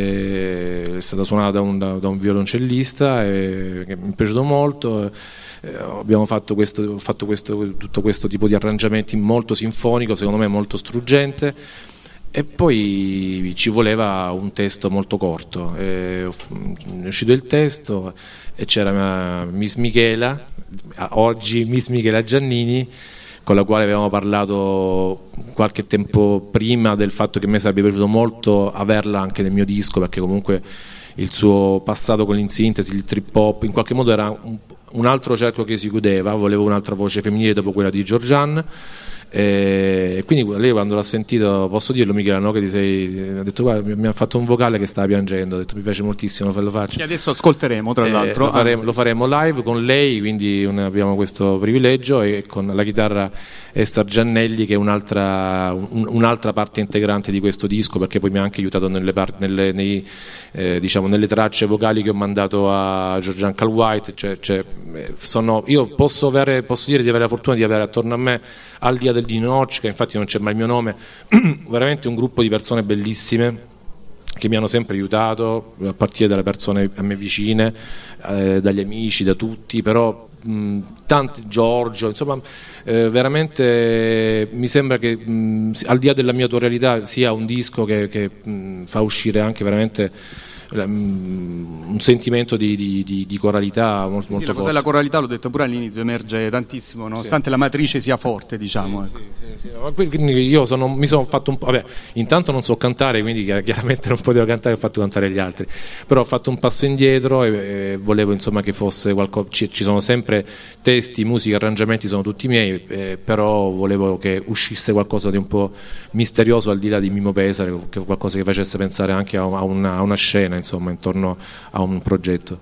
è stata suonata da un, da un violoncellista, e, che mi è piaciuto molto. Eh, abbiamo fatto, questo, ho fatto questo, tutto questo tipo di arrangiamenti molto sinfonico, secondo me molto struggente, e poi ci voleva un testo molto corto. Eh, è uscito il testo e c'era Miss Michela, oggi Miss Michela Giannini, con la quale avevamo parlato qualche tempo prima del fatto che a me sarebbe piaciuto molto averla anche nel mio disco, perché comunque il suo passato con l'Insintesi, il trip hop, in qualche modo era un, un altro cerchio che si chiudeva. Volevo un'altra voce femminile dopo quella di Giorgian, e quindi lei, quando l'ha sentito, posso dirlo Michela, no? Che ti sei, ha detto: guarda, mi ha fatto un vocale che stava piangendo, ho detto: mi piace moltissimo, lo faccio. Che adesso ascolteremo, tra eh, l'altro lo faremo, lo faremo live con lei, quindi un, abbiamo questo privilegio, e con la chitarra Esther Giannelli, che è un'altra, un, un'altra parte integrante di questo disco, perché poi mi ha anche aiutato nelle, part, nelle, nei, eh, diciamo, nelle tracce vocali che ho mandato a Georgian Calwhite. Cioè, cioè, sono, io posso, avere, posso dire di avere la fortuna di avere attorno a me, al dia del Dinoc, che infatti non c'è mai il mio nome, veramente un gruppo di persone bellissime che mi hanno sempre aiutato, a partire dalle persone a me vicine, eh, dagli amici, da tutti, però mh, tanti, Giorgio, insomma, eh, veramente mi sembra che mh, al di là della mia autorialità sia un disco che, che mh, fa uscire anche veramente un sentimento di, di, di, di coralità molto, sì, molto la forte. La coralità, l'ho detto pure all'inizio, emerge tantissimo, nonostante sì. la matrice sia forte, diciamo. Sì, ecco. sì, sì, sì. Quindi io sono, mi sono fatto un po', vabbè, intanto non so cantare, quindi chiaramente non potevo cantare, ho fatto cantare gli altri, però ho fatto un passo indietro e, e volevo, insomma, che fosse qualcosa. Ci, ci sono sempre testi, musica, arrangiamenti, sono tutti miei, eh, però volevo che uscisse qualcosa di un po' misterioso, al di là di Mimmo Pesare, che qualcosa che facesse pensare anche a una, a una scena, insomma, intorno a un progetto.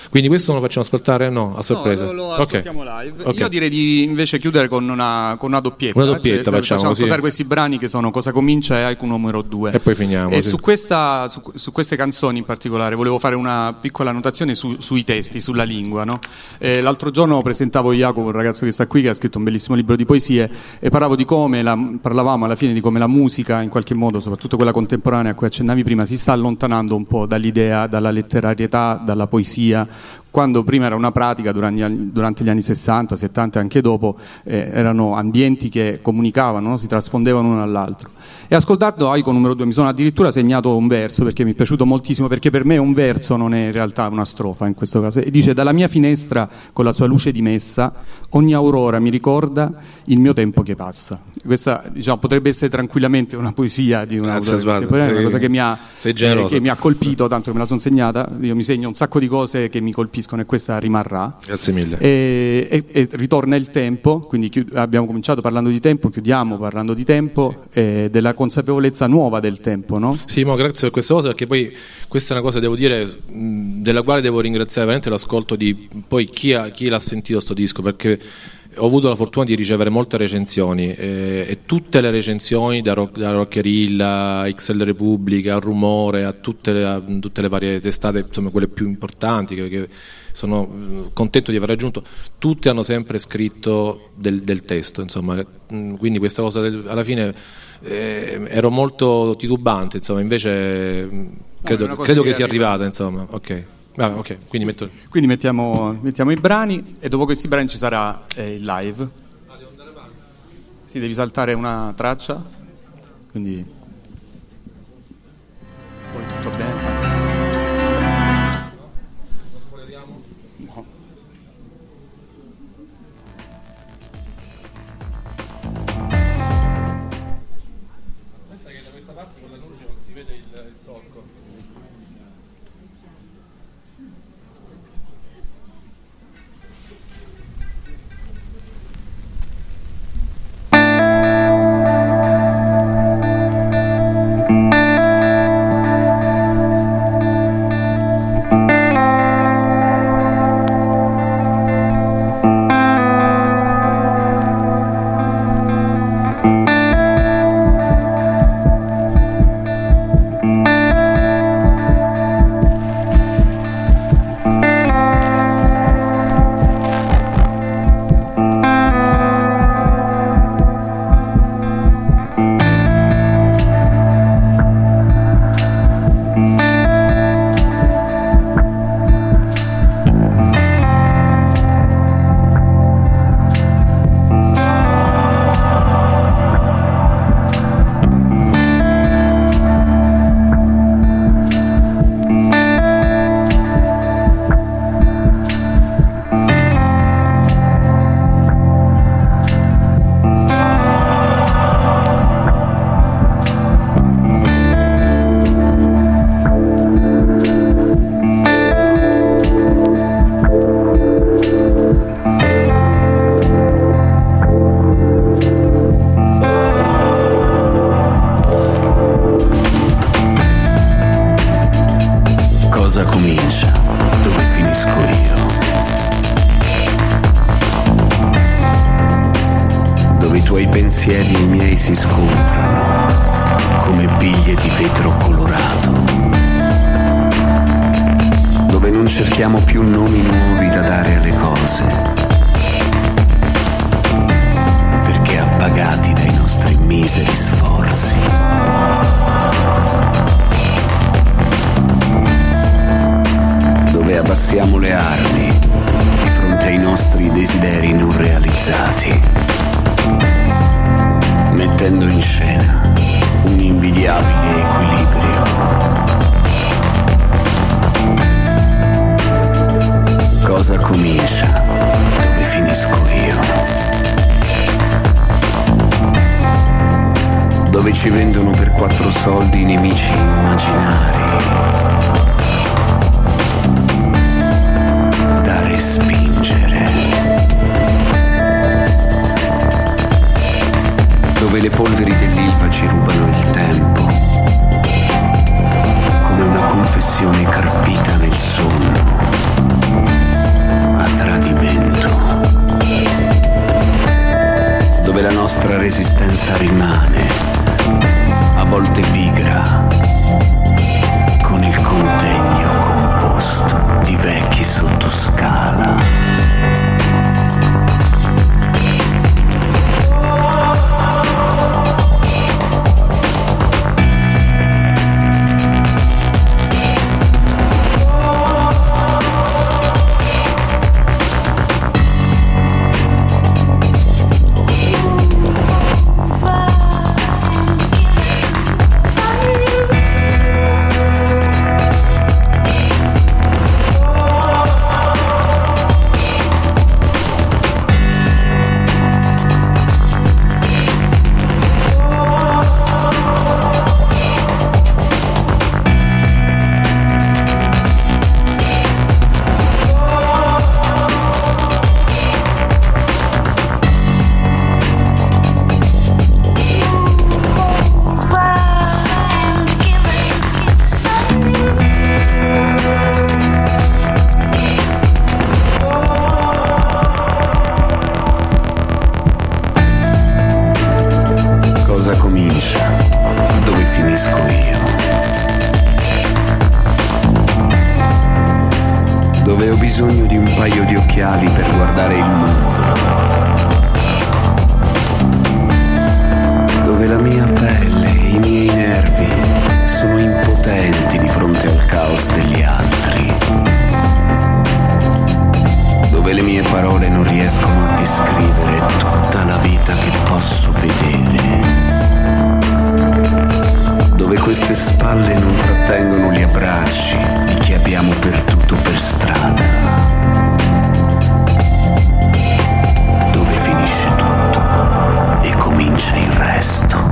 Quindi questo lo facciamo ascoltare? No, a sorpresa. No, lo, lo okay. ascoltiamo live. Okay. Io direi di invece chiudere con una, con una doppietta. Una doppietta cioè, facciamo, facciamo così. ascoltare questi brani che sono Cosa comincia e Haiku numero due. E poi finiamo. E sì. su, questa, su, su queste canzoni in particolare volevo fare una piccola annotazione su, sui testi, sulla lingua. No? Eh, l'altro giorno presentavo Jacopo, un ragazzo che sta qui, che ha scritto un bellissimo libro di poesie, e parlavo di come, la, parlavamo alla fine di come la musica, in qualche modo, soprattutto quella contemporanea a cui accennavi prima, si sta allontanando un po' dall'idea, dalla letterarietà, dalla poesia, quando prima era una pratica durante gli anni, durante gli anni sessanta, settanta e anche dopo, eh, erano ambienti che comunicavano, no? Si trasfondevano uno all'altro. E ascoltando Haiku numero due mi sono addirittura segnato un verso, perché mi è piaciuto moltissimo, perché per me un verso non è in realtà una strofa in questo caso, e dice: dalla mia finestra con la sua luce dimessa ogni aurora mi ricorda il mio tempo che passa. Questa, diciamo, potrebbe essere tranquillamente una poesia di un autore contemporaneo, una cosa che mi ha, eh, che mi ha colpito, tanto che me la sono segnata. Io mi segno un sacco di cose che mi colpiscono e questa rimarrà. Grazie mille. E, e, e ritorna il tempo, quindi chiud- abbiamo cominciato parlando di tempo, chiudiamo parlando di tempo, sì. E della consapevolezza nuova del tempo, no? Sì, mo, grazie per questa cosa, perché poi questa è una cosa, devo dire, mh, della quale devo ringraziare veramente l'ascolto di poi chi, ha, chi l'ha sentito sto disco, perché ho avuto la fortuna di ricevere molte recensioni, eh, e tutte le recensioni, da, rock, da Rockerilla a X L Repubblica, a Rumore, a tutte le, a tutte le varie testate, insomma quelle più importanti che, che sono contento di aver raggiunto, tutte hanno sempre scritto del, del testo, insomma, quindi questa cosa del, alla fine eh, ero molto titubante, insomma, invece credo, no, credo che, che sia arrivata, insomma, ok. Ah, okay. Quindi, metto... Quindi mettiamo, mettiamo i brani, e dopo questi brani ci sarà eh, il live. Ah, devo andare avanti? Sì, devi saltare una traccia, quindi poi tutto bene. Lo spoileriamo? No. Aspetta che da questa parte con la luce non si vede il, il solco. pensieri i miei si scontrano come biglie di vetro colorato, dove non cerchiamo più nomi nuovi da dare alle cose, perché appagati dai nostri miseri sforzi. Dove abbassiamo le armi di fronte ai nostri desideri non realizzati, mettendo in scena un invidiabile equilibrio. Cosa comincia dove finisco io? Dove ci vendono per quattro soldi i nemici immaginari da respingere, dove le polveri dell'Ilva ci rubano il tempo come una confessione carpita nel sonno. l'esistenza rimane, a volte pigra, con il contegno composto di vecchi sottoscala. Bisogno di un paio di occhiali per guardare il mondo, dove la mia pelle e i miei nervi sono impotenti di fronte al caos degli altri, dove le mie parole non riescono a descrivere tutta la vita che posso vedere, dove queste spalle non trattengono gli abbracci di chi abbiamo perduto per strada, dove finisce tutto e comincia il resto.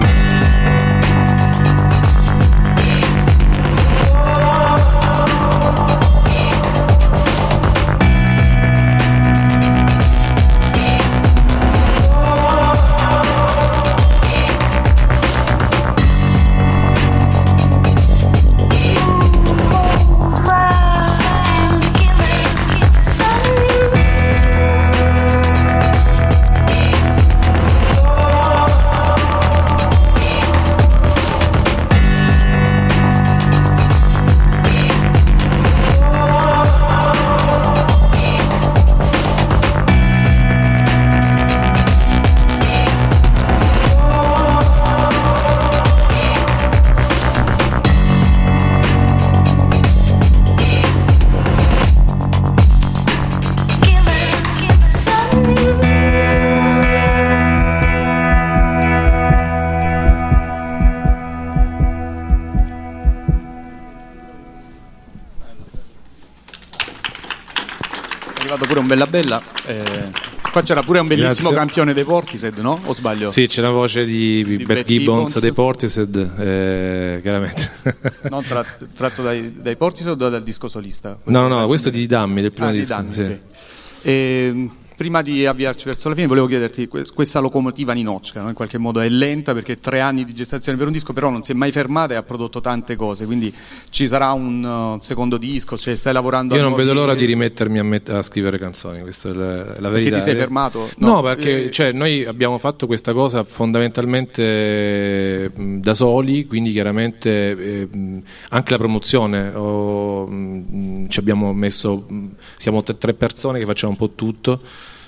Bella bella, eh, qua c'era pure un bellissimo Grazie. campione dei Portishead, no? O sbaglio? Sì, c'è la voce di, Di Beth Beth Gibbons, Gibbons. dei Portishead, eh, chiaramente. Non tra- tratto dai, dai Portishead o dal disco solista? No, no, questo è di Dammi, del primo Ah, di disco. Danni, sì. ok. E, prima di avviarci verso la fine volevo chiederti, que- questa locomotiva Ninocchka, no? In qualche modo è lenta perché tre anni di gestazione per un disco, però non si è mai fermata e ha prodotto tante cose, quindi ci sarà un uh, secondo disco, cioè stai lavorando Io a non nuovi- vedo l'ora di rimettermi a, met- a scrivere canzoni, questa è la, la verità. Perché ti sei fermato? No, No, perché eh, cioè, noi abbiamo fatto questa cosa fondamentalmente mh, da soli, quindi chiaramente eh, mh, anche la promozione, o, mh, ci abbiamo messo, mh, siamo t- tre persone che facciamo un po' tutto.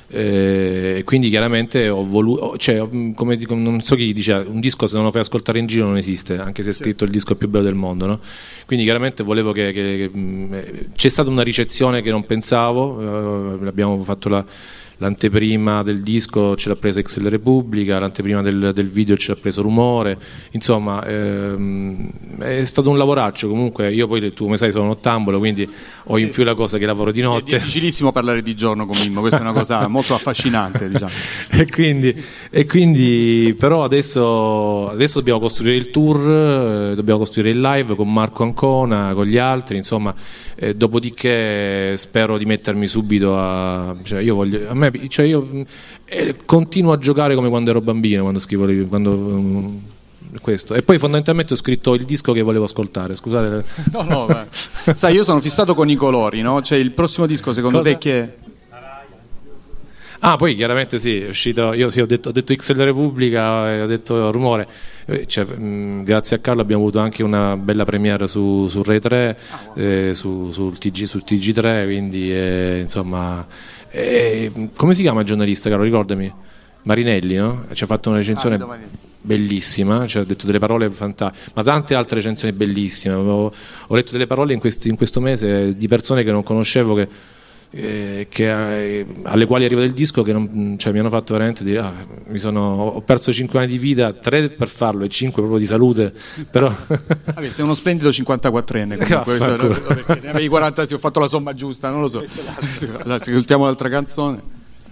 E eh, quindi chiaramente ho voluto, cioè, come dico, non so chi dice, un disco se non lo fai ascoltare in giro non esiste, anche se è scritto il disco più bello del mondo, no? Quindi chiaramente volevo che, che, che mh, c'è stata una ricezione che non pensavo, eh, abbiamo fatto la l'anteprima del disco ce l'ha presa Ex Repubblica, l'anteprima del, del video ce l'ha preso Rumore, insomma ehm, è stato un lavoraccio. Comunque io poi, tu come sai, sono nottambolo, quindi ho in più la cosa che lavoro di notte. È difficilissimo parlare di giorno con Mimmo, questa è una cosa molto affascinante, diciamo. e, quindi, e quindi però adesso, adesso dobbiamo costruire il tour, eh, dobbiamo costruire il live con Marco Ancona, con gli altri, insomma, eh, dopodiché spero di mettermi subito a, cioè io voglio, a me, cioè io eh, continuo a giocare come quando ero bambino, quando scrivo le- quando, um, questo. E poi fondamentalmente ho scritto il disco che volevo ascoltare, scusate. No, no, beh. Sai, io sono fissato con i colori, no? Cioè il prossimo disco secondo Cosa? te che è? Ah, poi chiaramente sì, è uscito, io sì, ho detto, ho detto X L Repubblica, ho detto Rumore, cioè, mh, grazie a Carlo abbiamo avuto anche una bella premiere su, su Rai tre, eh, su, sul, T G, sul T G tre, quindi eh, insomma, eh, come si chiama il giornalista, Carlo, ricordami? Marinelli, no? Ci ha fatto una recensione ah, bellissima, cioè, ha detto delle parole fantastiche, ma tante altre recensioni bellissime. Ho, ho letto delle parole in, questi, in questo mese di persone che non conoscevo, che, eh, che, eh, alle quali arriva del disco, che non, cioè, mi hanno fatto veramente dire, ah, mi sono, ho perso cinque anni di vita, tre per farlo e cinque proprio di salute. Però Vabbè, sei uno splendido cinquantaquattrenne comunque, no, questo, perché ne avevi quaranta, se ho fatto la somma giusta, non lo so. Allora, ascoltiamo l'altra canzone.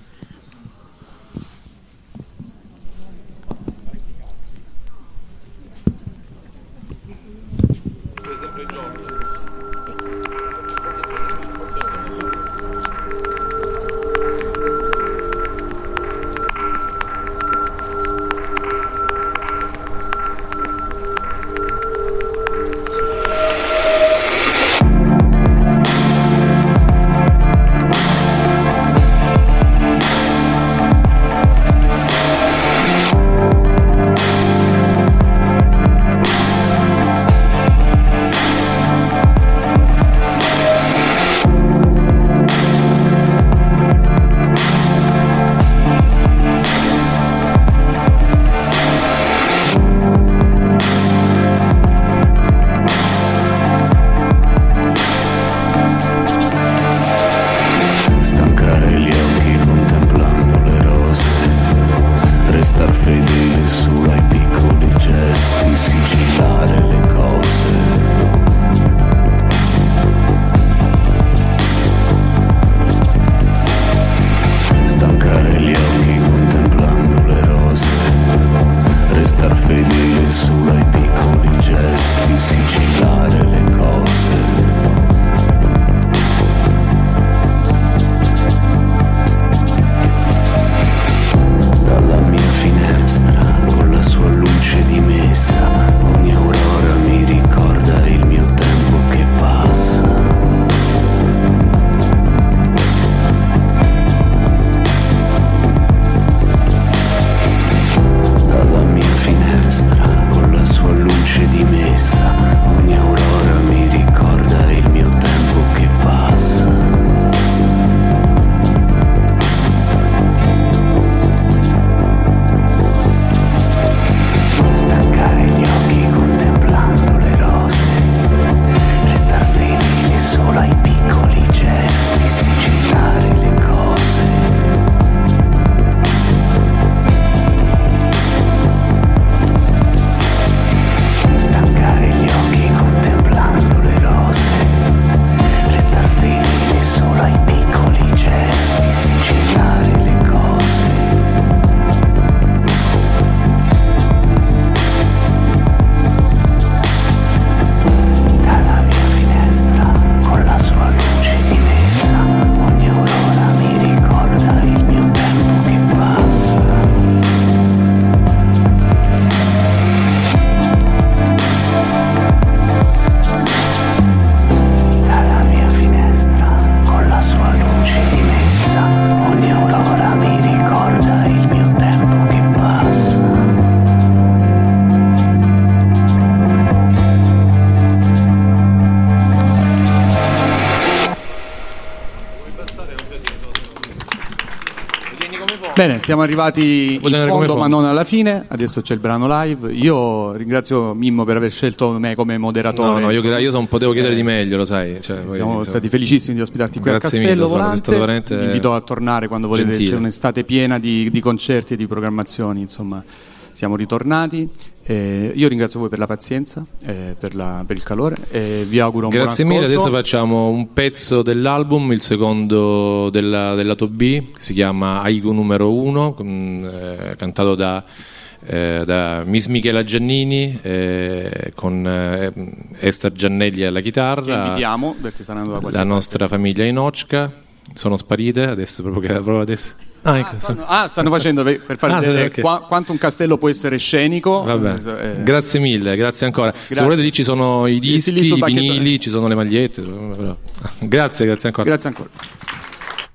Bene, siamo arrivati in fondo ma non alla fine, adesso c'è il brano live. Io ringrazio Mimmo per aver scelto me come moderatore. No, no, io, io son, potevo chiedere eh, di meglio, lo sai. Cioè, siamo poi, stati felicissimi di ospitarti qui al Castello mille, Volante. Veramente vi invito a tornare quando volete, gentile. C'è un'estate piena di, di concerti e di programmazioni, insomma. Siamo ritornati, eh, io ringrazio voi per la pazienza, eh, per, la, per il calore e vi auguro un Grazie buon ascolto. Mille, adesso facciamo un pezzo dell'album, il secondo della, del lato B, che si chiama Aigu numero uno, eh, cantato da, eh, da Miss Michela Giannini, eh, con eh, Esther Giannelli alla chitarra. Che invitiamo, perché saranno da qualche la parte. nostra famiglia Inocca, sono sparite, adesso proprio che proprio adesso. Ah, ecco, ah, stanno, ah, stanno facendo per far ah, vedere okay. qua, quanto un castello può essere scenico. Vabbè. Eh. Grazie mille, grazie ancora. Grazie. Se volete lì ci sono i dischi, i vinili, ci sono le magliette. Grazie, grazie ancora. Grazie ancora.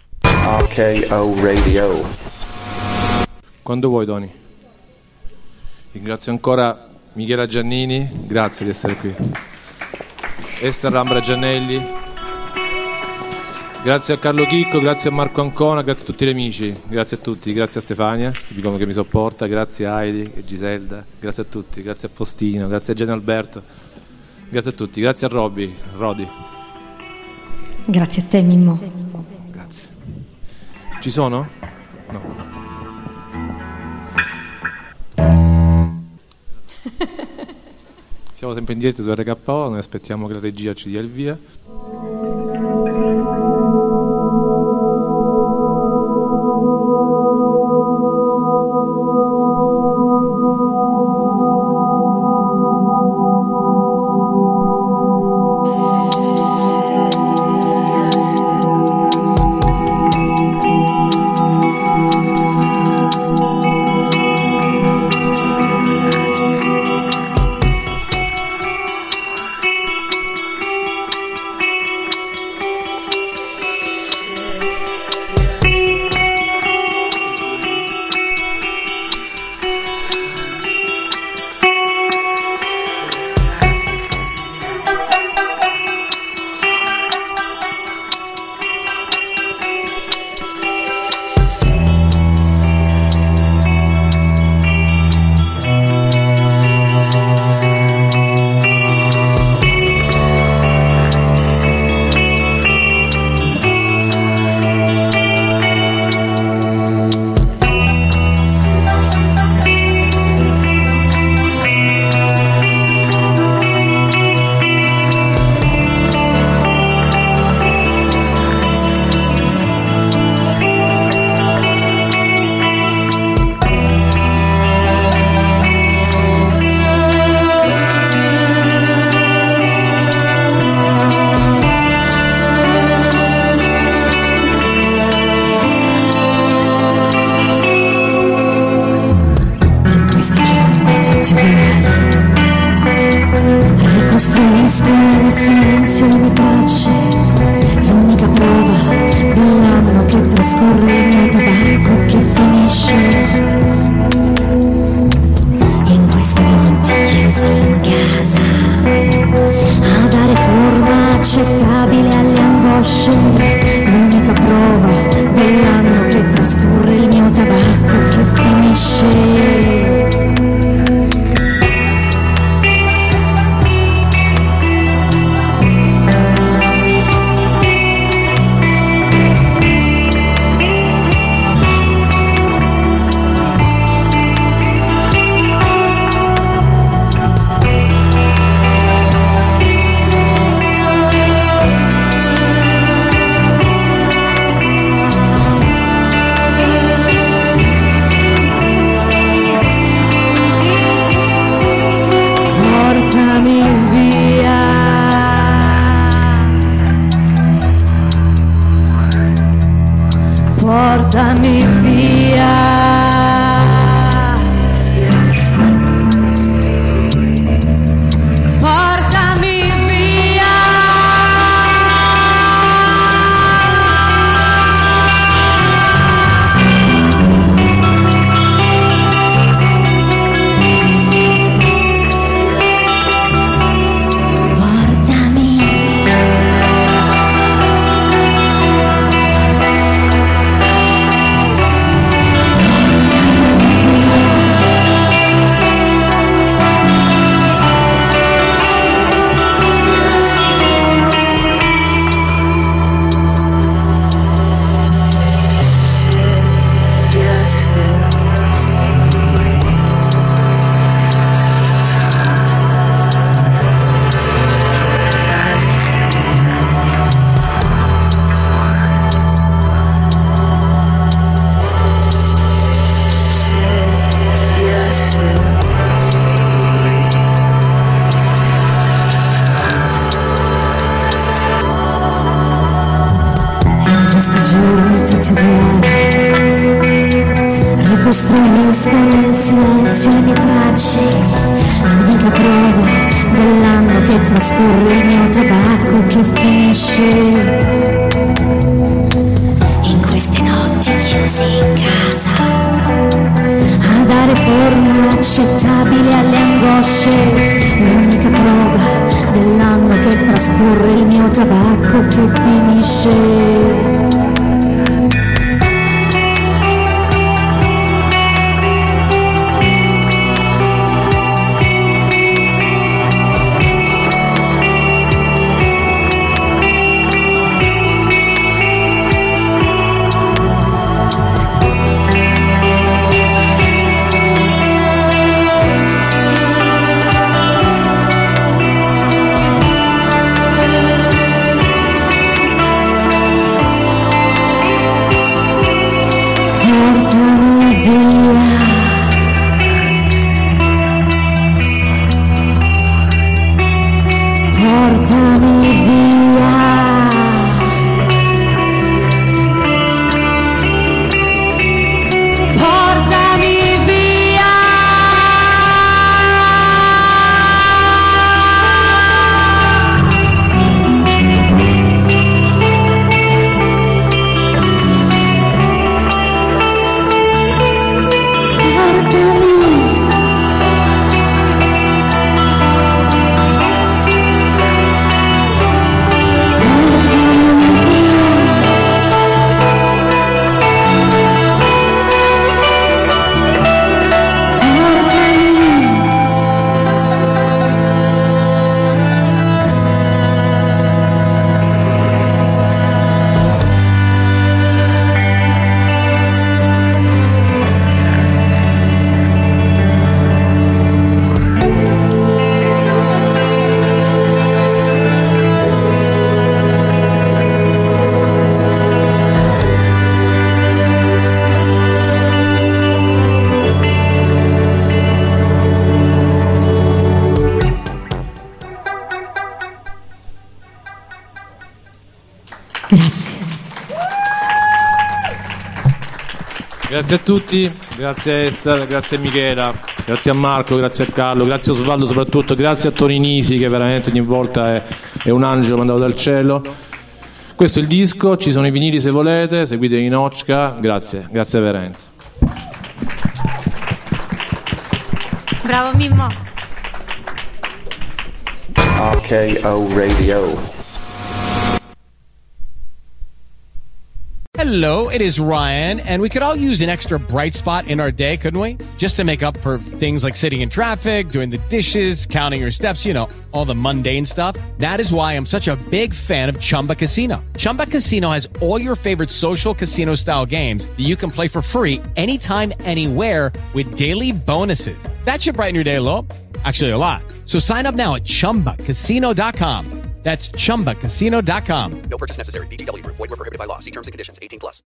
R K O Radio. Quando vuoi, Tony. Ringrazio ancora Michela Giannini, grazie di essere qui. Ester Rambra Giannelli, grazie a Carlo Chicco, grazie a Marco Ancona, grazie a tutti gli amici, grazie a tutti, grazie a Stefania che dicono che mi sopporta, grazie a Heidi e Giselda, grazie a tutti, grazie a Postino, grazie a Gianni Alberto, grazie a tutti, grazie a Robby, Rodi. Grazie a te, Mimmo. Grazie. Ci sono? No. Siamo sempre in diretta su R K O, noi aspettiamo che la regia ci dia il via. portami via. Portami via. Portami. Ricostruisco nel silenzio le mie tracce, l'unica prova dell'anno che trascorre, il mio tabacco che finisce in queste finisce, l'unica prova dell'anno che trascorre, il mio tabacco che finisce. Grazie a tutti, grazie a Esther, grazie a Michela, grazie a Marco, grazie a Carlo, grazie a Osvaldo soprattutto, grazie a Tony Nisi che veramente ogni volta è, è un angelo mandato dal cielo. Questo è il disco, ci sono i vinili se volete, seguite Inochka, grazie, grazie veramente. Bravo Mimmo. R K O Radio. Hello, it is Ryan, and we could all use an extra bright spot in our day, couldn't we? Just to make up for things like sitting in traffic, doing the dishes, counting your steps, you know, all the mundane stuff. That is why I'm such a big fan of Chumba Casino. Chumba Casino has all your favorite social casino-style games that you can play for free anytime, anywhere with daily bonuses. That should brighten your day a little. Actually, a lot. So sign up now at chumba casino dot com. That's chumba casino dot com. No purchase necessary. V G W Group. Void where prohibited by law. See terms and conditions. eighteen plus.